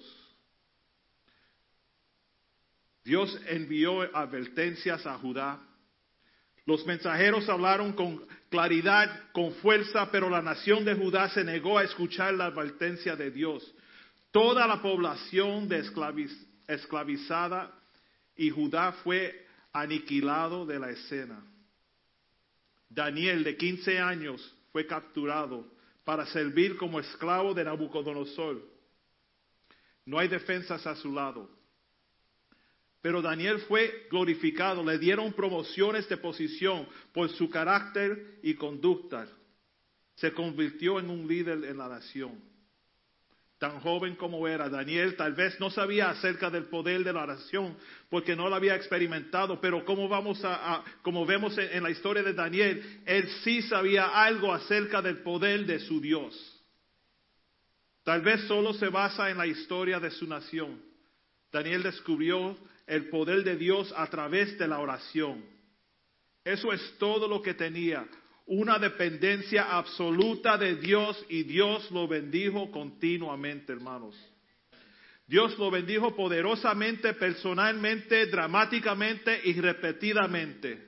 Dios envió advertencias a Judá. Los mensajeros hablaron con claridad, con fuerza, pero la nación de Judá se negó a escuchar la advertencia de Dios. Toda la población de esclaviz, esclavizada y Judá fue aniquilado de la escena. Daniel, de quince años, fue capturado para servir como esclavo de Nabucodonosor. No hay defensas a su lado. Pero Daniel fue glorificado, le dieron promociones de posición por su carácter y conducta. Se convirtió en un líder en la nación. Tan joven como era, Daniel tal vez no sabía acerca del poder de la oración porque no lo había experimentado, pero como vamos a, a como vemos en, en la historia de Daniel, él sí sabía algo acerca del poder de su Dios. Tal vez solo se basa en la historia de su nación. Daniel descubrió el poder de Dios a través de la oración. Eso es todo lo que tenía. Una dependencia absoluta de Dios, y Dios lo bendijo continuamente, hermanos. Dios lo bendijo poderosamente, personalmente, dramáticamente y repetidamente.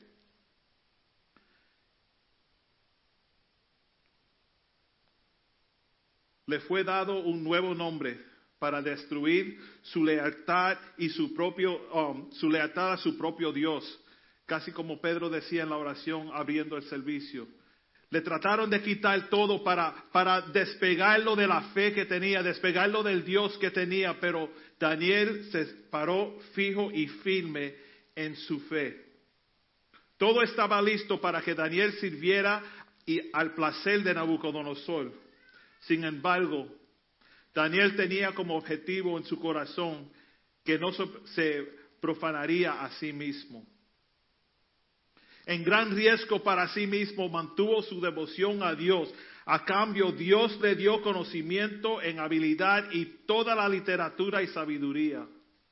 Le fue dado un nuevo nombre para destruir su lealtad y su propio, um, su lealtad a su propio Dios. Casi como Pedro decía en la oración abriendo el servicio. Le trataron de quitar todo para, para despegarlo de la fe que tenía, despegarlo del Dios que tenía, pero Daniel se paró fijo y firme en su fe. Todo estaba listo para que Daniel sirviera y al placer de Nabucodonosor. Sin embargo, Daniel tenía como objetivo en su corazón que no se profanaría a sí mismo. En gran riesgo para sí mismo mantuvo su devoción a Dios. A cambio, Dios le dio conocimiento en habilidad y toda la literatura y sabiduría.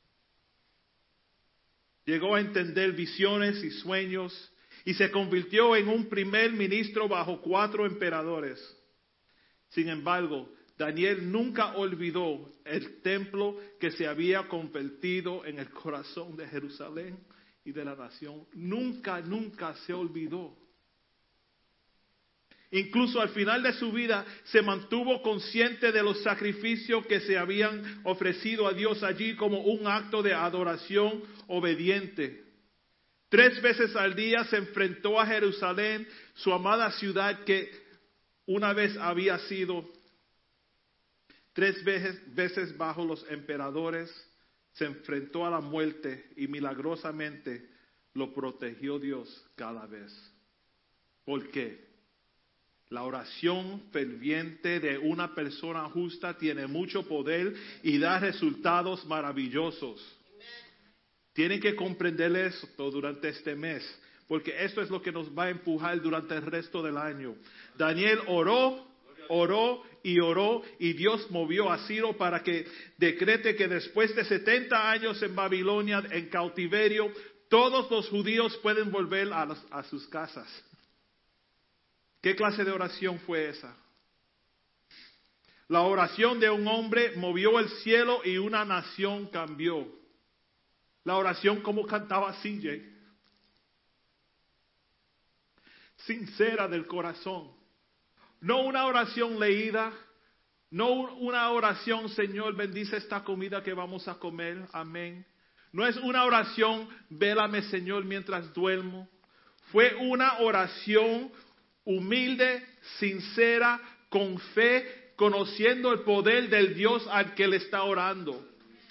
Llegó a entender visiones y sueños y se convirtió en un primer ministro bajo cuatro emperadores. Sin embargo, Daniel nunca olvidó el templo que se había convertido en el corazón de Jerusalén y de la nación. Nunca, nunca se olvidó. Incluso al final de su vida se mantuvo consciente de los sacrificios que se habían ofrecido a Dios allí como un acto de adoración obediente. Tres veces al día se enfrentó a Jerusalén, su amada ciudad que una vez había sido tres veces, veces bajo los emperadores. Se enfrentó a la muerte y milagrosamente lo protegió Dios cada vez. ¿Por qué? La oración ferviente de una persona justa tiene mucho poder y da resultados maravillosos. Tienen que comprender esto durante este mes, porque esto es lo que nos va a empujar durante el resto del año. Daniel oró, oró y oró, y Dios movió a Ciro para que decrete que después de setenta años en Babilonia, en cautiverio, todos los judíos pueden volver a, las, a sus casas. ¿Qué clase de oración fue esa? La oración de un hombre movió el cielo y una nación cambió. La oración como cantaba C J. Sincera del corazón. No una oración leída. No una oración, Señor, bendice esta comida que vamos a comer. Amén. No es una oración, vélame, Señor, mientras duermo. Fue una oración humilde, sincera, con fe, conociendo el poder del Dios al que le está orando.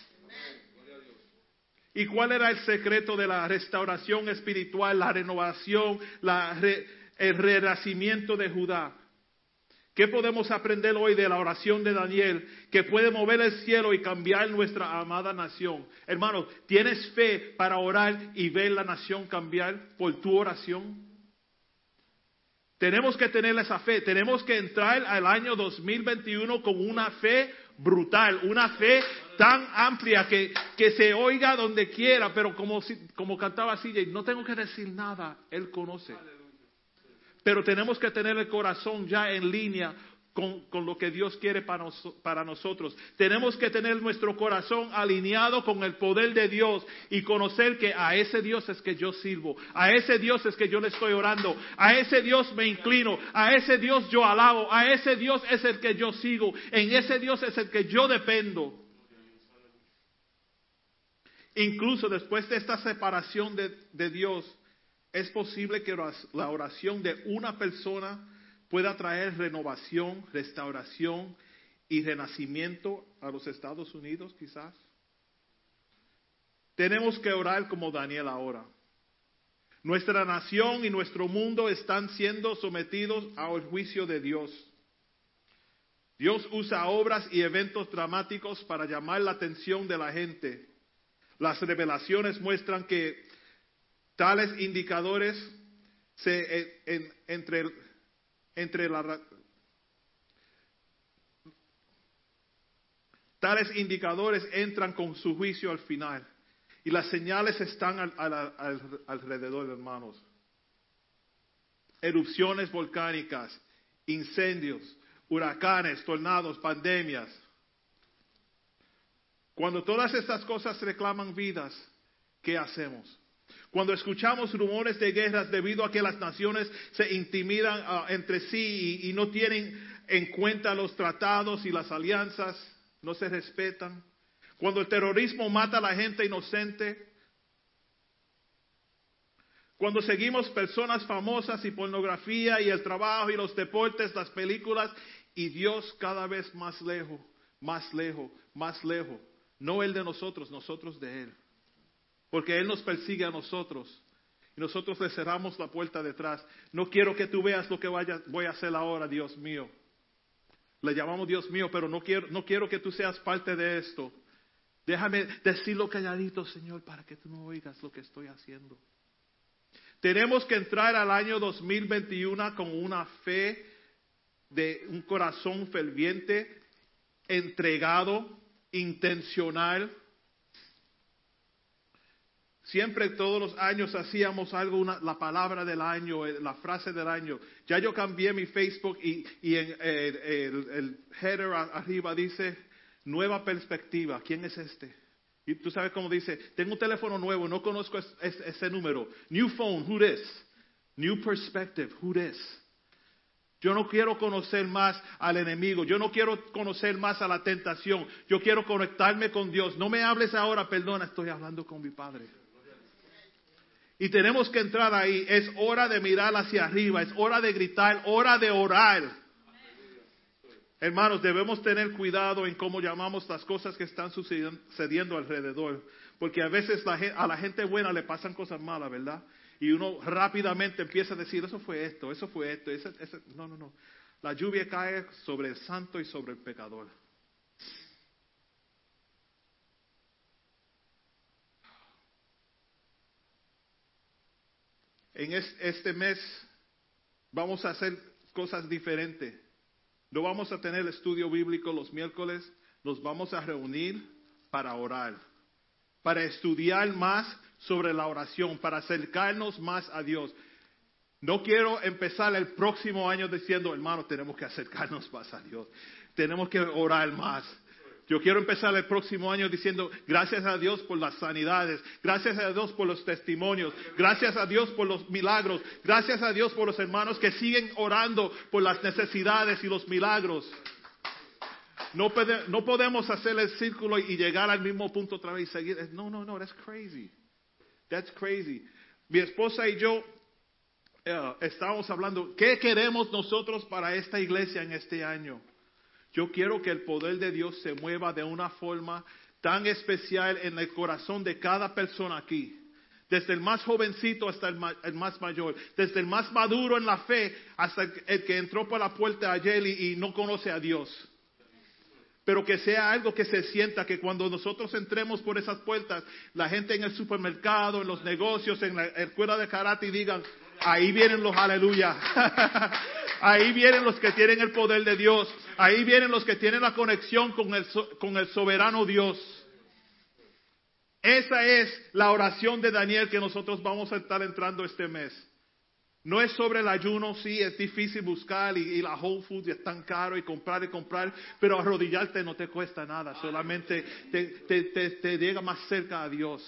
¿Y cuál era el secreto de la restauración espiritual, la renovación, la re, el renacimiento de Judá? ¿Qué podemos aprender hoy de la oración de Daniel que puede mover el cielo y cambiar nuestra amada nación? Hermanos, ¿tienes fe para orar y ver la nación cambiar por tu oración? Tenemos que tener esa fe. Tenemos que entrar al año dos mil veintiuno con una fe brutal, una fe tan amplia que, que se oiga donde quiera, pero como, como cantaba C J, no tengo que decir nada, Él conoce. Pero tenemos que tener el corazón ya en línea con, con lo que Dios quiere para, nos, para nosotros. Tenemos que tener nuestro corazón alineado con el poder de Dios y conocer que a ese Dios es que yo sirvo, a ese Dios es que yo le estoy orando, a ese Dios me inclino, a ese Dios yo alabo, a ese Dios es el que yo sigo, en ese Dios es el que yo dependo. Incluso después de esta separación de, de Dios, es posible que la oración de una persona pueda traer renovación, restauración y renacimiento a los Estados Unidos, quizás. Tenemos que orar como Daniel ahora. Nuestra nación y nuestro mundo están siendo sometidos al juicio de Dios. Dios usa obras y eventos dramáticos para llamar la atención de la gente. Las revelaciones muestran que tales indicadores se, en, entre, entre la, tales indicadores entran con su juicio al final. Y las señales están al, al, al, alrededor, hermanos. Erupciones volcánicas, incendios, huracanes, tornados, pandemias. Cuando todas estas cosas reclaman vidas, ¿qué hacemos? Cuando escuchamos rumores de guerras debido a que las naciones se intimidan uh, entre sí y, y no tienen en cuenta los tratados y las alianzas, no se respetan. Cuando el terrorismo mata a la gente inocente. Cuando seguimos personas famosas y pornografía y el trabajo y los deportes, las películas y Dios cada vez más lejos, más lejos, más lejos. No Él de nosotros, nosotros de Él. Porque Él nos persigue a nosotros. Y nosotros le cerramos la puerta detrás. No quiero que tú veas lo que vaya, voy a hacer ahora, Dios mío. Le llamamos Dios mío, pero no quiero, no quiero que tú seas parte de esto. Déjame decirlo calladito, Señor, para que tú no oigas lo que estoy haciendo. Tenemos que entrar al año dos mil veintiuno con una fe de un corazón ferviente, entregado, intencional. Siempre todos los años hacíamos algo, una, la palabra del año, la frase del año. Ya yo cambié mi Facebook y, y en el, el, el header arriba dice, nueva perspectiva. ¿Quién es este? Y tú sabes cómo dice, tengo un teléfono nuevo, no conozco es, es, ese número. New phone, who this? New perspective, who this? Yo no quiero conocer más al enemigo. Yo no quiero conocer más a la tentación. Yo quiero conectarme con Dios. No me hables ahora, perdona, estoy hablando con mi Padre. Y tenemos que entrar ahí. Es hora de mirar hacia arriba. Es hora de gritar. Hora de orar. Hermanos, debemos tener cuidado en cómo llamamos las cosas que están sucediendo alrededor. Porque a veces la, a la gente buena le pasan cosas malas, ¿verdad? y uno rápidamente empieza a decir, eso fue esto, eso fue esto. Ese, ese. No, no, no. La lluvia cae sobre el santo y sobre el pecador. En es, este mes vamos a hacer cosas diferentes. No vamos a tener estudio bíblico los miércoles, nos vamos a reunir para orar, para estudiar más sobre la oración, para acercarnos más a Dios. No quiero empezar el próximo año diciendo, hermano, tenemos que acercarnos más a Dios, tenemos que orar más. Yo quiero empezar el próximo año diciendo, gracias a Dios por las sanidades, gracias a Dios por los testimonios, gracias a Dios por los milagros, gracias a Dios por los hermanos que siguen orando por las necesidades y los milagros. No, pode, no podemos hacer el círculo y llegar al mismo punto otra vez y seguir. No, no, no, that's crazy. That's crazy. Mi esposa y yo uh, estábamos hablando, ¿qué queremos nosotros para esta iglesia en este año? Yo quiero que el poder de Dios se mueva de una forma tan especial en el corazón de cada persona aquí. Desde el más jovencito hasta el, ma- el más mayor. Desde el más maduro en la fe hasta el, el que entró por la puerta ayer y, y no conoce a Dios. Pero que sea algo que se sienta, que cuando nosotros entremos por esas puertas, la gente en el supermercado, en los negocios, en la escuela de karate digan, ahí vienen los aleluya. Ahí vienen los que tienen el poder de Dios. Ahí vienen los que tienen la conexión con el, con el soberano Dios. Esa es la oración de Daniel que nosotros vamos a estar entrando este mes. No es sobre el ayuno, sí, es difícil buscar y, y la Whole Foods es tan caro y comprar y comprar, pero arrodillarte no te cuesta nada, solamente te, te, te, te llega más cerca a Dios.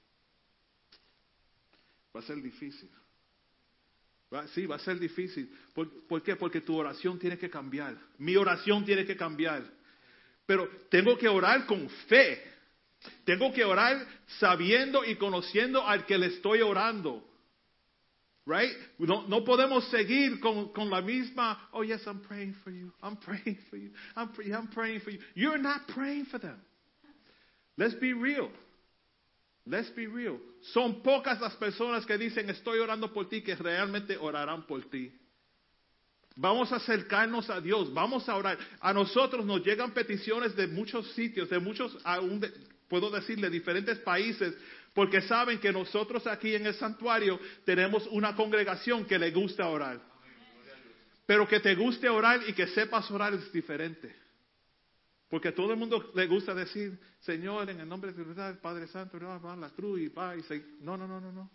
Va a ser difícil. Va, sí, va a ser difícil. ¿Por, ¿Por qué? Porque tu oración tiene que cambiar. Mi oración tiene que cambiar. Pero tengo que orar con fe. Tengo que orar sabiendo y conociendo al que le estoy orando. Right? No, no podemos seguir con, con la misma, oh yes, I'm praying for you. I'm praying for you. I'm, pray, I'm praying for you. You're not praying for them. Let's be real. Let's be real. Son pocas las personas que dicen estoy orando por ti que realmente orarán por ti. Vamos a acercarnos a Dios, vamos a orar. A nosotros nos llegan peticiones de muchos sitios, de muchos, aún de, puedo decirle, diferentes países, porque saben que nosotros aquí en el santuario tenemos una congregación que le gusta orar. Pero que te guste orar y que sepas orar es diferente. Porque a todo el mundo le gusta decir, Señor, en el nombre de Dios, Padre Santo, la cruz y paz. No, no, no, no, no.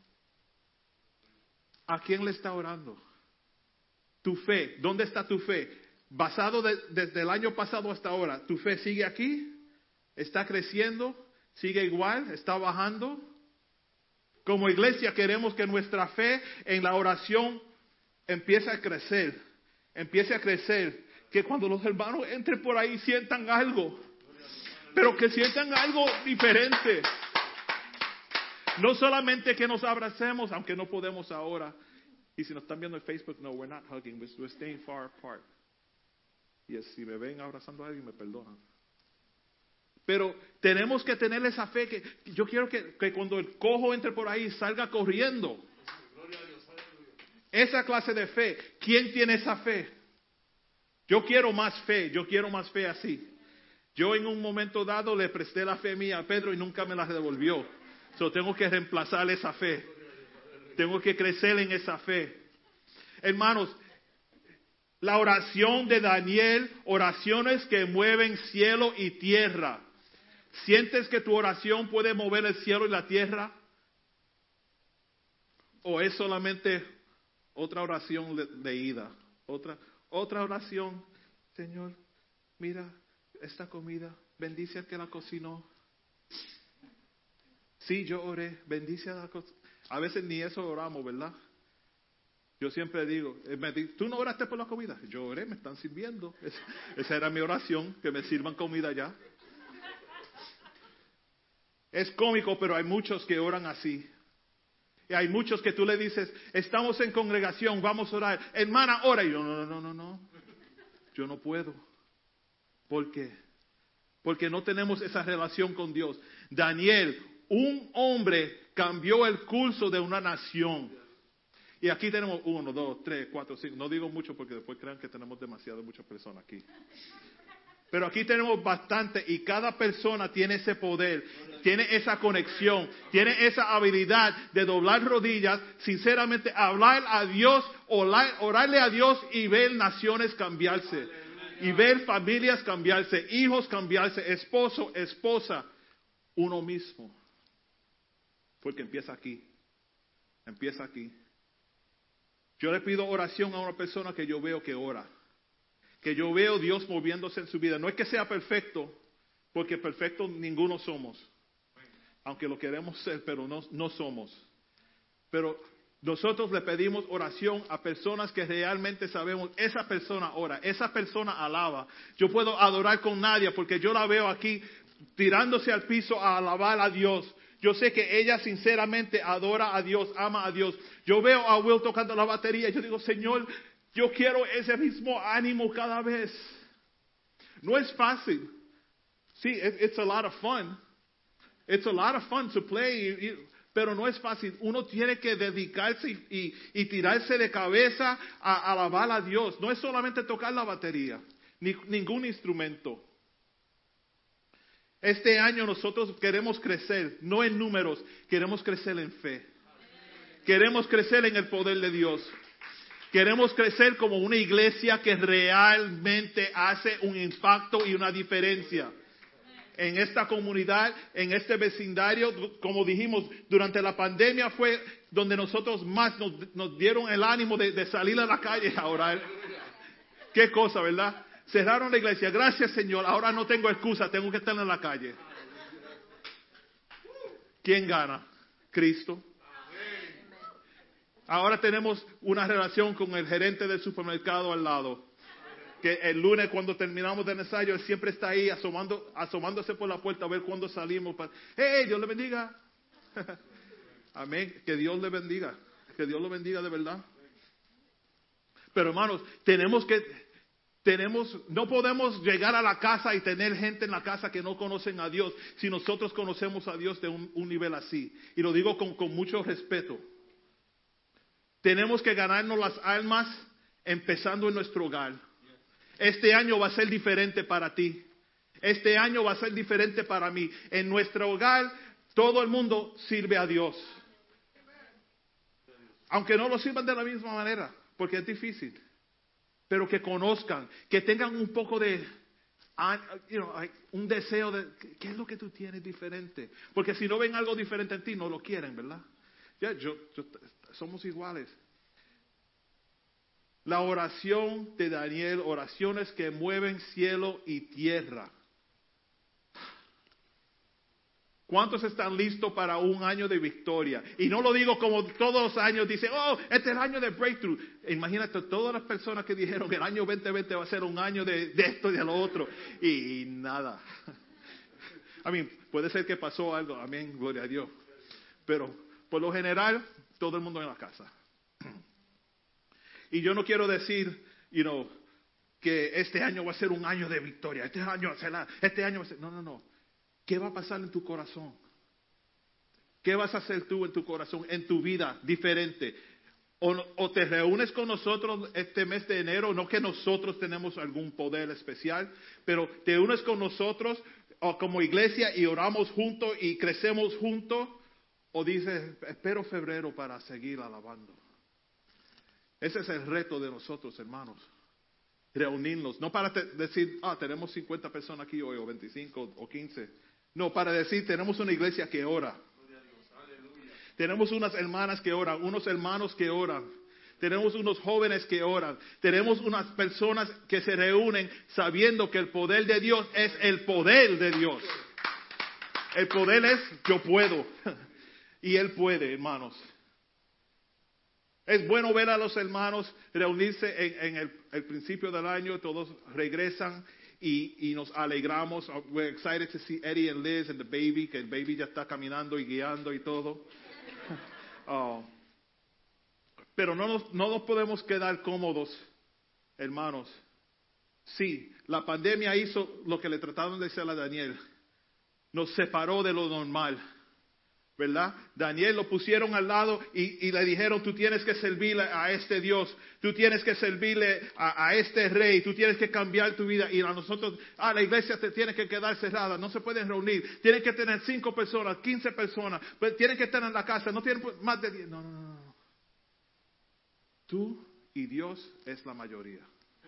¿A quién le está orando? Tu fe, ¿dónde está tu fe? Basado de, desde el año pasado hasta ahora, ¿tu fe sigue aquí? ¿Está creciendo? ¿Sigue igual? ¿Está bajando? Como iglesia queremos que nuestra fe en la oración empiece a crecer, empiece a crecer. Que cuando los hermanos entren por ahí sientan algo, pero que sientan algo diferente. No solamente que nos abracemos, aunque no podemos ahora. Y si nos están viendo en Facebook, no, we're not hugging, we're staying far apart. Y si me ven abrazando a alguien, me perdonan. Pero tenemos que tener esa fe que yo quiero que, que cuando el cojo entre por ahí salga corriendo. Esa clase de fe. ¿Quién tiene esa fe? Yo quiero más fe, yo quiero más fe así. Yo en un momento dado le presté la fe mía a Pedro y nunca me la devolvió. So, tengo que reemplazar esa fe. Tengo que crecer en esa fe. Hermanos, la oración de Daniel, oraciones que mueven cielo y tierra. ¿Sientes que tu oración puede mover el cielo y la tierra? ¿O es solamente otra oración de, de ida? Otra Otra oración, Señor, mira esta comida, bendice al que la cocinó. Sí, yo oré, bendice a la cocinó. A veces ni eso oramos, ¿verdad? Yo siempre digo, me digo, ¿tú no oraste por la comida? Yo oré, me están sirviendo. Esa, esa era mi oración, que me sirvan comida ya. Es cómico, pero hay muchos que oran así. Y hay muchos que tú le dices, estamos en congregación, vamos a orar. Hermana, ora. Y yo, no, no, no, no. Yo no puedo. ¿Por qué? Porque no tenemos esa relación con Dios. Daniel, un hombre cambió el curso de una nación. Y aquí tenemos uno, dos, tres, cuatro, cinco. No digo mucho porque después crean que tenemos demasiado muchas personas aquí. Pero aquí tenemos bastante y cada persona tiene ese poder, tiene esa conexión, tiene esa habilidad de doblar rodillas, sinceramente hablar a Dios, orar, orarle a Dios y ver naciones cambiarse. Y ver familias cambiarse, hijos cambiarse, esposo, esposa, uno mismo. Porque empieza aquí, empieza aquí. Yo le pido oración a una persona que yo veo que ora. Que yo veo Dios moviéndose en su vida. No es que sea perfecto, porque perfecto ninguno somos. Aunque lo queremos ser, pero no, no somos. Pero nosotros le pedimos oración a personas que realmente sabemos, esa persona ora, esa persona alaba. Yo puedo adorar con Nadia porque yo la veo aquí tirándose al piso a alabar a Dios. Yo sé que ella sinceramente adora a Dios, ama a Dios. Yo veo a Will tocando la batería y yo digo, Señor, yo quiero ese mismo ánimo cada vez. No es fácil. Sí, it, it's a lot of fun. It's a lot of fun to play, pero no es fácil. Uno tiene que dedicarse y, y, y tirarse de cabeza a, a alabar a Dios. No es solamente tocar la batería, ni ningún instrumento. Este año nosotros queremos crecer, no en números, queremos crecer en fe. Queremos crecer en el poder de Dios. Queremos crecer como una iglesia que realmente hace un impacto y una diferencia en esta comunidad, en este vecindario. Como dijimos, durante la pandemia fue donde nosotros más nos, nos dieron el ánimo de, de salir a la calle a orar. Qué cosa, ¿verdad? Cerraron la iglesia. Gracias, Señor. Ahora no tengo excusa, tengo que estar en la calle. ¿Quién gana? Cristo. Ahora tenemos una relación con el gerente del supermercado al lado. Que el lunes cuando terminamos del ensayo, él siempre está ahí asomando, asomándose por la puerta a ver cuándo salimos. Para... ¡Hey, Dios le bendiga! Amén. Que Dios le bendiga. Que Dios lo bendiga de verdad. Pero hermanos, tenemos que, tenemos, no podemos llegar a la casa y tener gente en la casa que no conocen a Dios si nosotros conocemos a Dios de un, un nivel así. Y lo digo con, con mucho respeto. Tenemos que ganarnos las almas empezando en nuestro hogar. Este año va a ser diferente para ti. Este año va a ser diferente para mí. En nuestro hogar todo el mundo sirve a Dios. Aunque no lo sirvan de la misma manera, porque es difícil. Pero que conozcan, que tengan un poco de, you know, un deseo de, ¿qué es lo que tú tienes diferente? Porque si no ven algo diferente en ti, no lo quieren, ¿verdad? Ya, yo, yo, somos iguales. La oración de Daniel, oraciones que mueven cielo y tierra. ¿Cuántos están listos para un año de victoria? Y no lo digo como todos los años dicen, oh, este es el año de breakthrough. Imagínate todas las personas que dijeron que el año veinte veinte va a ser un año de, de esto y de lo otro. Y, y nada. I mean, puede ser que pasó algo, amén, gloria a Dios. Pero por lo general, todo el mundo en la casa. Y yo no quiero decir, you know, que este año va a ser un año de victoria. Este año va a ser, la, este año va a ser, no, no, no. ¿Qué va a pasar en tu corazón? ¿Qué vas a hacer tú en tu corazón, en tu vida diferente? O, o te reúnes con nosotros este mes de enero, no que nosotros tenemos algún poder especial, pero te unes con nosotros o como iglesia y oramos juntos y crecemos juntos, o dices, espero febrero para seguir alabando. Ese es el reto de nosotros, hermanos. Reunirnos, no para te- decir, ah, tenemos cincuenta personas aquí hoy, o veinticinco, o quince. No, para decir, tenemos una iglesia que ora. Tenemos unas hermanas que oran, unos hermanos que oran. Tenemos unos jóvenes que oran. Tenemos unas personas que se reúnen sabiendo que el poder de Dios es el poder de Dios. El poder es yo puedo. Y Él puede, hermanos. Es bueno ver a los hermanos reunirse en, en el, el principio del año. Todos regresan y, y nos alegramos. We're excited to see Eddie and Liz and the baby. Que el baby ya está caminando y guiando y todo. Oh. Pero no nos, no nos podemos quedar cómodos, hermanos. Sí, la pandemia hizo lo que le trataron de hacer a Daniel. Nos separó de lo normal. ¿verdad? Daniel lo pusieron al lado y, y le dijeron, tú tienes que servirle a este Dios, tú tienes que servirle a, a este rey, tú tienes que cambiar tu vida. Y a nosotros, ah, la iglesia te tiene que quedar cerrada, no se pueden reunir, tienen que tener cinco personas, quince personas, pues tienen que estar en la casa, no tienen más de diez. No, no, no, no. Tú y Dios es la mayoría.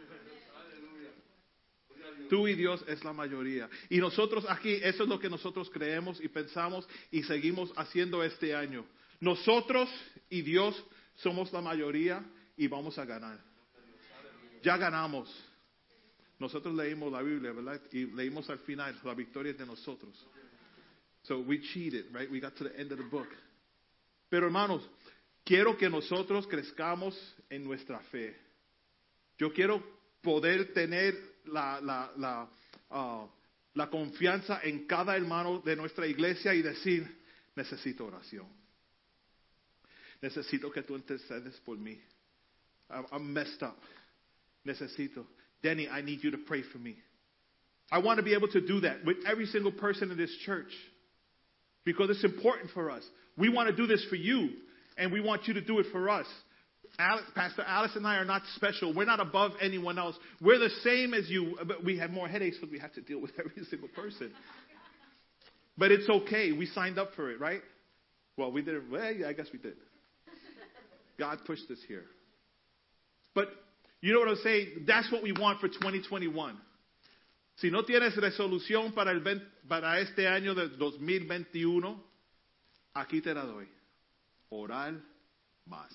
Tú y Dios es la mayoría. Y nosotros aquí, eso es lo que nosotros creemos y pensamos y seguimos haciendo este año. Nosotros y Dios somos la mayoría y vamos a ganar. Ya ganamos. Nosotros leímos la Biblia, ¿verdad? Y leímos al final, la victoria es de nosotros. So we cheated, right? We got to the end of the book. Pero hermanos, quiero que nosotros crezcamos en nuestra fe. Yo quiero poder tener la, la, la, uh, la confianza en cada hermano de nuestra iglesia y decir, necesito oración. Necesito que tú intercedes por mí. I'm, I'm messed up. Necesito. Danny, I need you to pray for me. I want to be able to do that with every single person in this church because it's important for us. We want to do this for you, and we want you to do it for us. Alex, Pastor Alice and I are not special. We're not above anyone else. We're the same as you, but we have more headaches because we have to deal with every single person. But it's okay. We signed up for it, right? Well, we did. Well, yeah, I guess we did. God pushed us here. But you know what I'm saying? That's what we want for twenty twenty-one. Si no tienes resolución para, el, para este año de dos mil veintiuno, aquí te la doy. Orar más.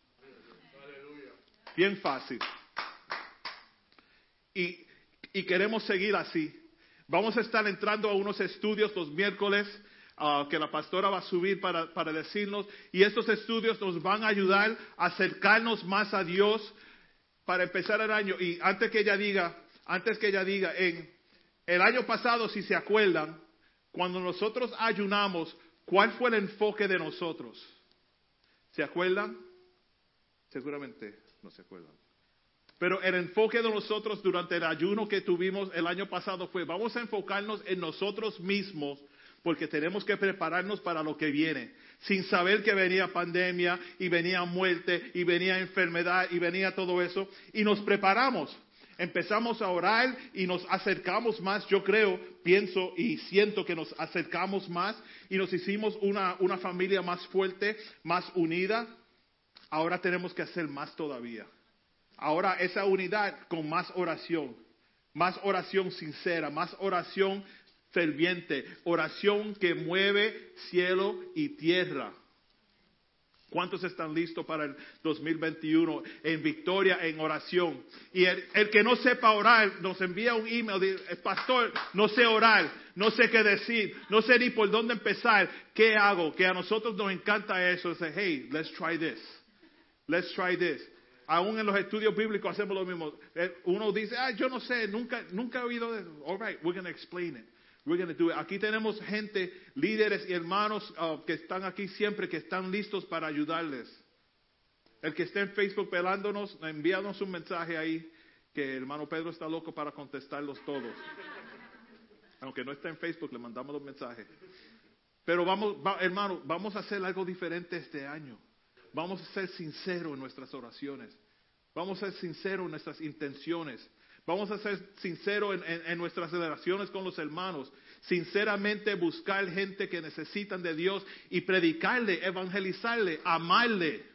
Bien fácil. Y, y queremos seguir así. Vamos a estar entrando a unos estudios los miércoles uh, que la pastora va a subir para, para decirnos. Y estos estudios nos van a ayudar a acercarnos más a Dios para empezar el año. Y antes que ella diga, antes que ella diga, en el año pasado, si se acuerdan, cuando nosotros ayunamos, ¿cuál fue el enfoque de nosotros? ¿Se acuerdan? Seguramente no se acuerdan. Pero el enfoque de nosotros durante el ayuno que tuvimos el año pasado fue, vamos a enfocarnos en nosotros mismos porque tenemos que prepararnos para lo que viene. Sin saber que venía pandemia y venía muerte y venía enfermedad y venía todo eso. Y nos preparamos. Empezamos a orar y nos acercamos más, yo creo, pienso y siento que nos acercamos más y nos hicimos una, una familia más fuerte, más unida. Ahora tenemos que hacer más todavía. Ahora esa unidad con más oración, más oración sincera, más oración ferviente, oración que mueve cielo y tierra. ¿Cuántos están listos para el dos mil veintiuno en victoria, en oración? Y el, el que no sepa orar nos envía un email, dice, pastor, no sé orar, no sé qué decir, no sé ni por dónde empezar, ¿qué hago? Que a nosotros nos encanta eso, dice, hey, let's try this. Let's try this. Aún en los estudios bíblicos hacemos lo mismo. Uno dice, ah, yo no sé, nunca, nunca he oído de eso. All right, we're going to explain it. We're going to do it. Aquí tenemos gente, líderes y hermanos uh, que están aquí siempre, que están listos para ayudarles. El que esté en Facebook pelándonos, envíanos un mensaje ahí, que el hermano Pedro está loco para contestarlos todos. Aunque no esté en Facebook, le mandamos los mensajes. Pero vamos, va, hermano, vamos a hacer algo diferente este año. Vamos a ser sinceros en nuestras oraciones. Vamos a ser sinceros en nuestras intenciones. Vamos a ser sinceros en, en, en nuestras relaciones con los hermanos. Sinceramente buscar gente que necesitan de Dios y predicarle, evangelizarle, amarle.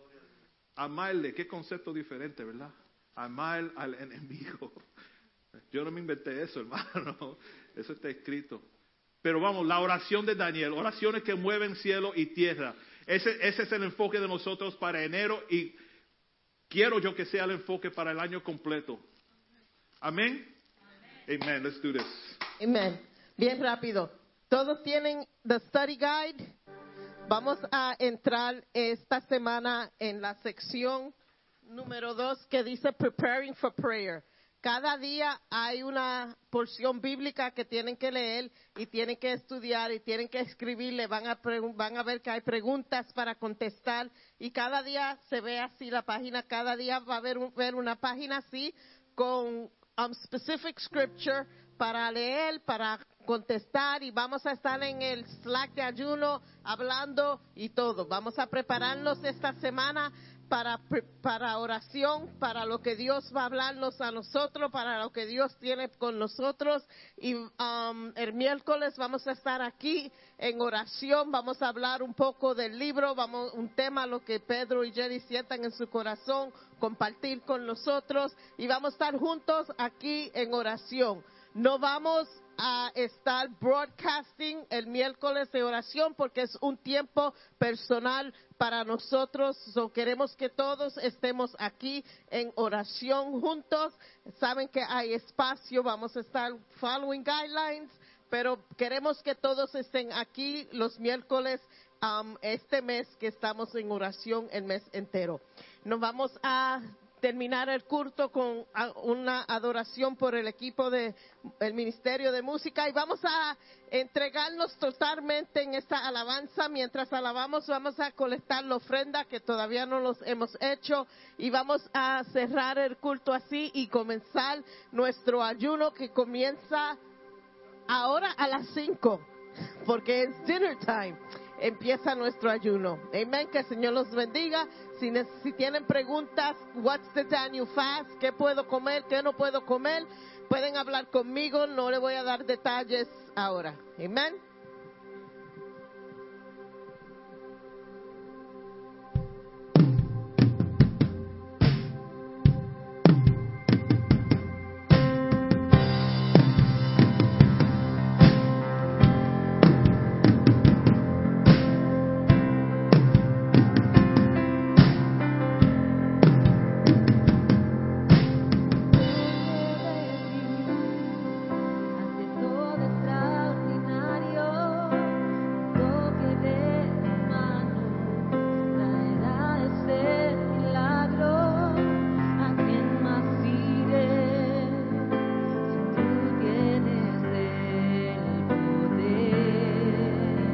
Amarle. Qué concepto diferente, ¿verdad? Amar al enemigo. Yo no me inventé eso, hermano. Eso está escrito. Pero vamos, la oración de Daniel. Oraciones que mueven cielo y tierra. Ese, ese es el enfoque de nosotros para enero y quiero yo que sea el enfoque para el año completo. Amén. Amen. Let's do this. Amen. Bien rápido. Todos tienen the study guide. Vamos a entrar esta semana en la sección número dos que dice Preparing for Prayer. Cada día hay una porción bíblica que tienen que leer y tienen que estudiar y tienen que escribir. Le van a, van a ver que hay preguntas para contestar y cada día se ve así la página. Cada día va a haber un, ver una página así con um, specific scripture para leer, para contestar, y vamos a estar en el Slack de ayuno hablando y todo. Vamos a prepararnos esta semana para, para oración, para lo que Dios va a hablarnos a nosotros, para lo que Dios tiene con nosotros. Y um, el miércoles vamos a estar aquí en oración, vamos a hablar un poco del libro, vamos un tema, lo que Pedro y Jenny sientan en su corazón, compartir con nosotros, y vamos a estar juntos aquí en oración. No vamos a estar broadcasting el miércoles de oración porque es un tiempo personal para nosotros. So, queremos que todos estemos aquí en oración juntos. Saben que hay espacio, vamos a estar following guidelines, pero queremos que todos estén aquí los miércoles um, este mes que estamos en oración el mes entero. Nos vamos a terminar el culto con una adoración por el equipo del Ministerio de Música, y vamos a entregarnos totalmente en esta alabanza. Mientras alabamos, vamos a colectar la ofrenda que todavía no los hemos hecho, y vamos a cerrar el culto así y comenzar nuestro ayuno, que comienza ahora a las cinco, porque es dinner time. Empieza nuestro ayuno. Amén. Que el Señor los bendiga. Si, si tienen preguntas, what's the Daniel fast? ¿Qué puedo comer? ¿Qué no puedo comer? Pueden hablar conmigo. No le voy a dar detalles ahora. Amén. Ante todo extraordinario, toque de tu mano traerá ese milagro. ¿A quién más iré si tú tienes el poder?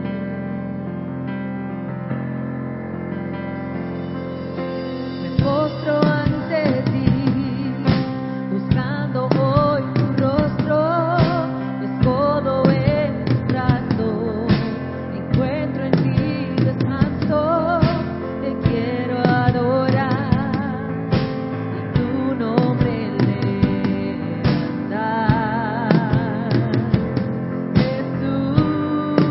Me postro ante ti, buscando hoy tu rostro, mi escudo en tus brazos, encuentro en ti descanso, te quiero adorar y tu nombre levantar. Jesús,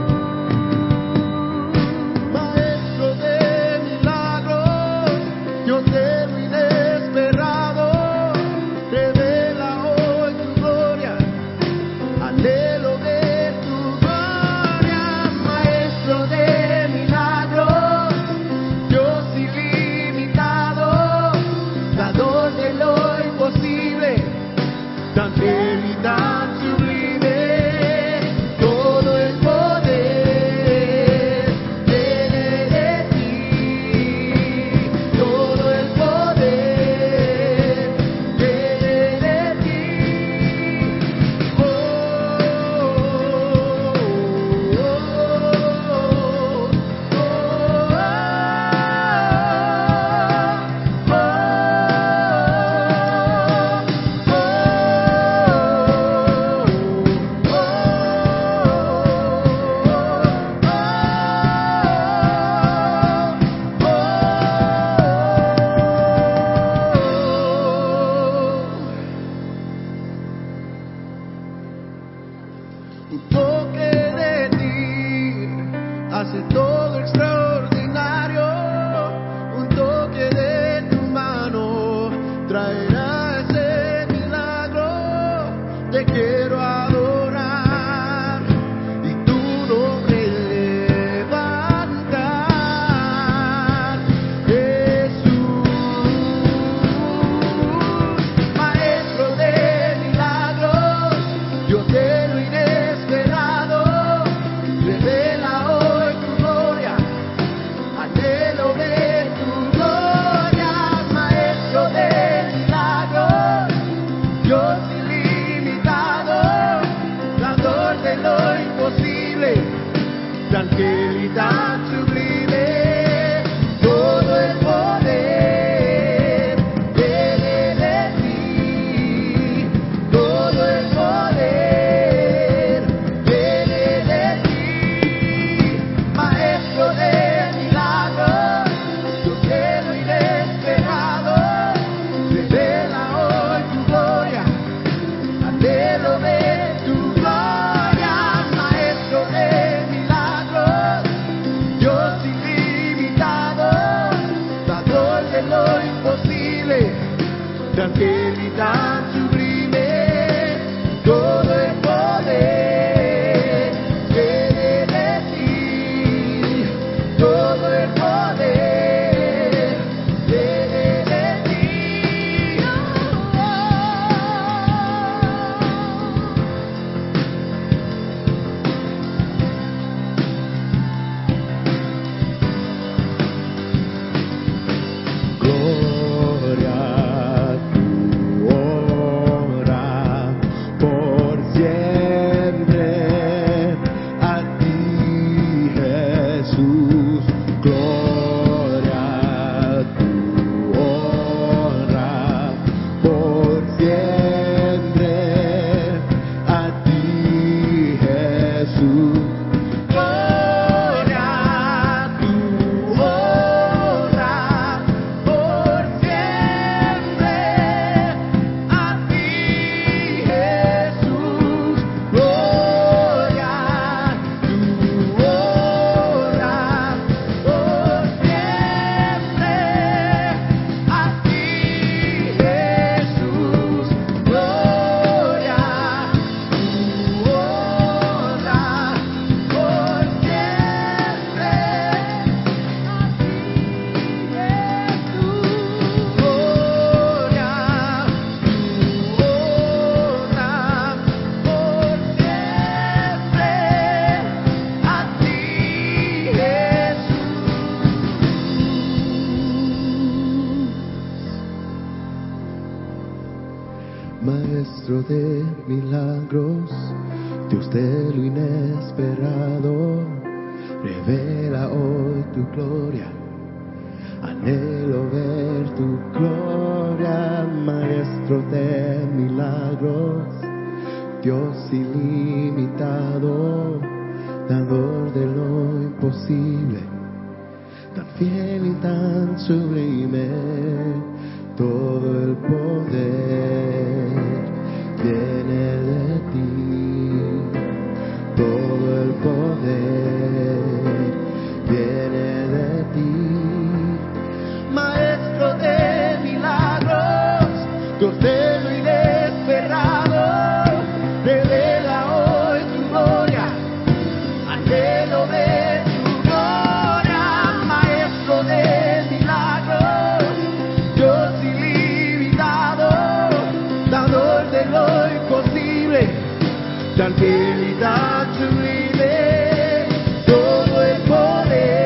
Maestro de milagros, Dios de lo inesperado, revela hoy tu gloria, anhelo ver tu gloria. Maestro de milagros, Dios ilimitado, dador de lo imposible, tan fiel y tan sublime, todo el poder viene de ti, todo el poder viene de ti. Oh, un toque de ti hace todo extraordinario, un toque de tu mano traerá ese milagro. Te quiero adorar y tu nombre levantar. Jesús, Maestro de milagros, Dios de lo inesperado, revela hoy tu gloria, anhelo ver tu gloria. Maestro de milagros, Dios ilimitado, milagros, Dios de lo inesperado, revela hoy tu gloria. Anhelo ver tu gloria, Maestro de milagros, Dios ilimitado, dador de lo imposible, tan fiel y tan sublime, todo el poder viene de ti, todo el poder viene de ti. Maestro de milagros, Dios de lo inesperado, revela hoy tu gloria, anhelo ver tu gloria. Maestro de milagros, Dios ilimitado, dador de lo imposible, tan fiel y tan sublime, todo el poder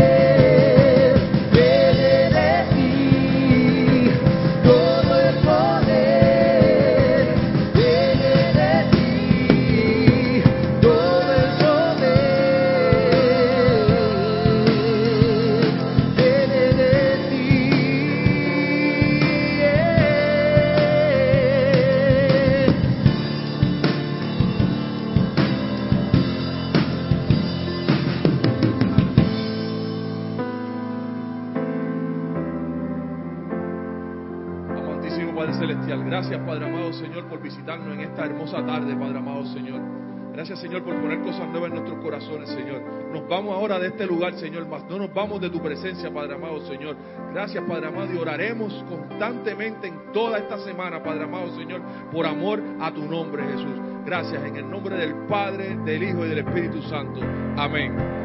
Gracias, Padre amado Señor, por visitarnos en esta hermosa tarde, Padre amado Señor. Gracias, Señor, por poner cosas nuevas en nuestros corazones, Señor. Nos vamos ahora de este lugar, Señor, mas no nos vamos de tu presencia, Padre amado Señor. Gracias, Padre amado, y oraremos constantemente en toda esta semana, Padre amado Señor, por amor a tu nombre, Jesús. Gracias, en el nombre del Padre, del Hijo y del Espíritu Santo. Amén.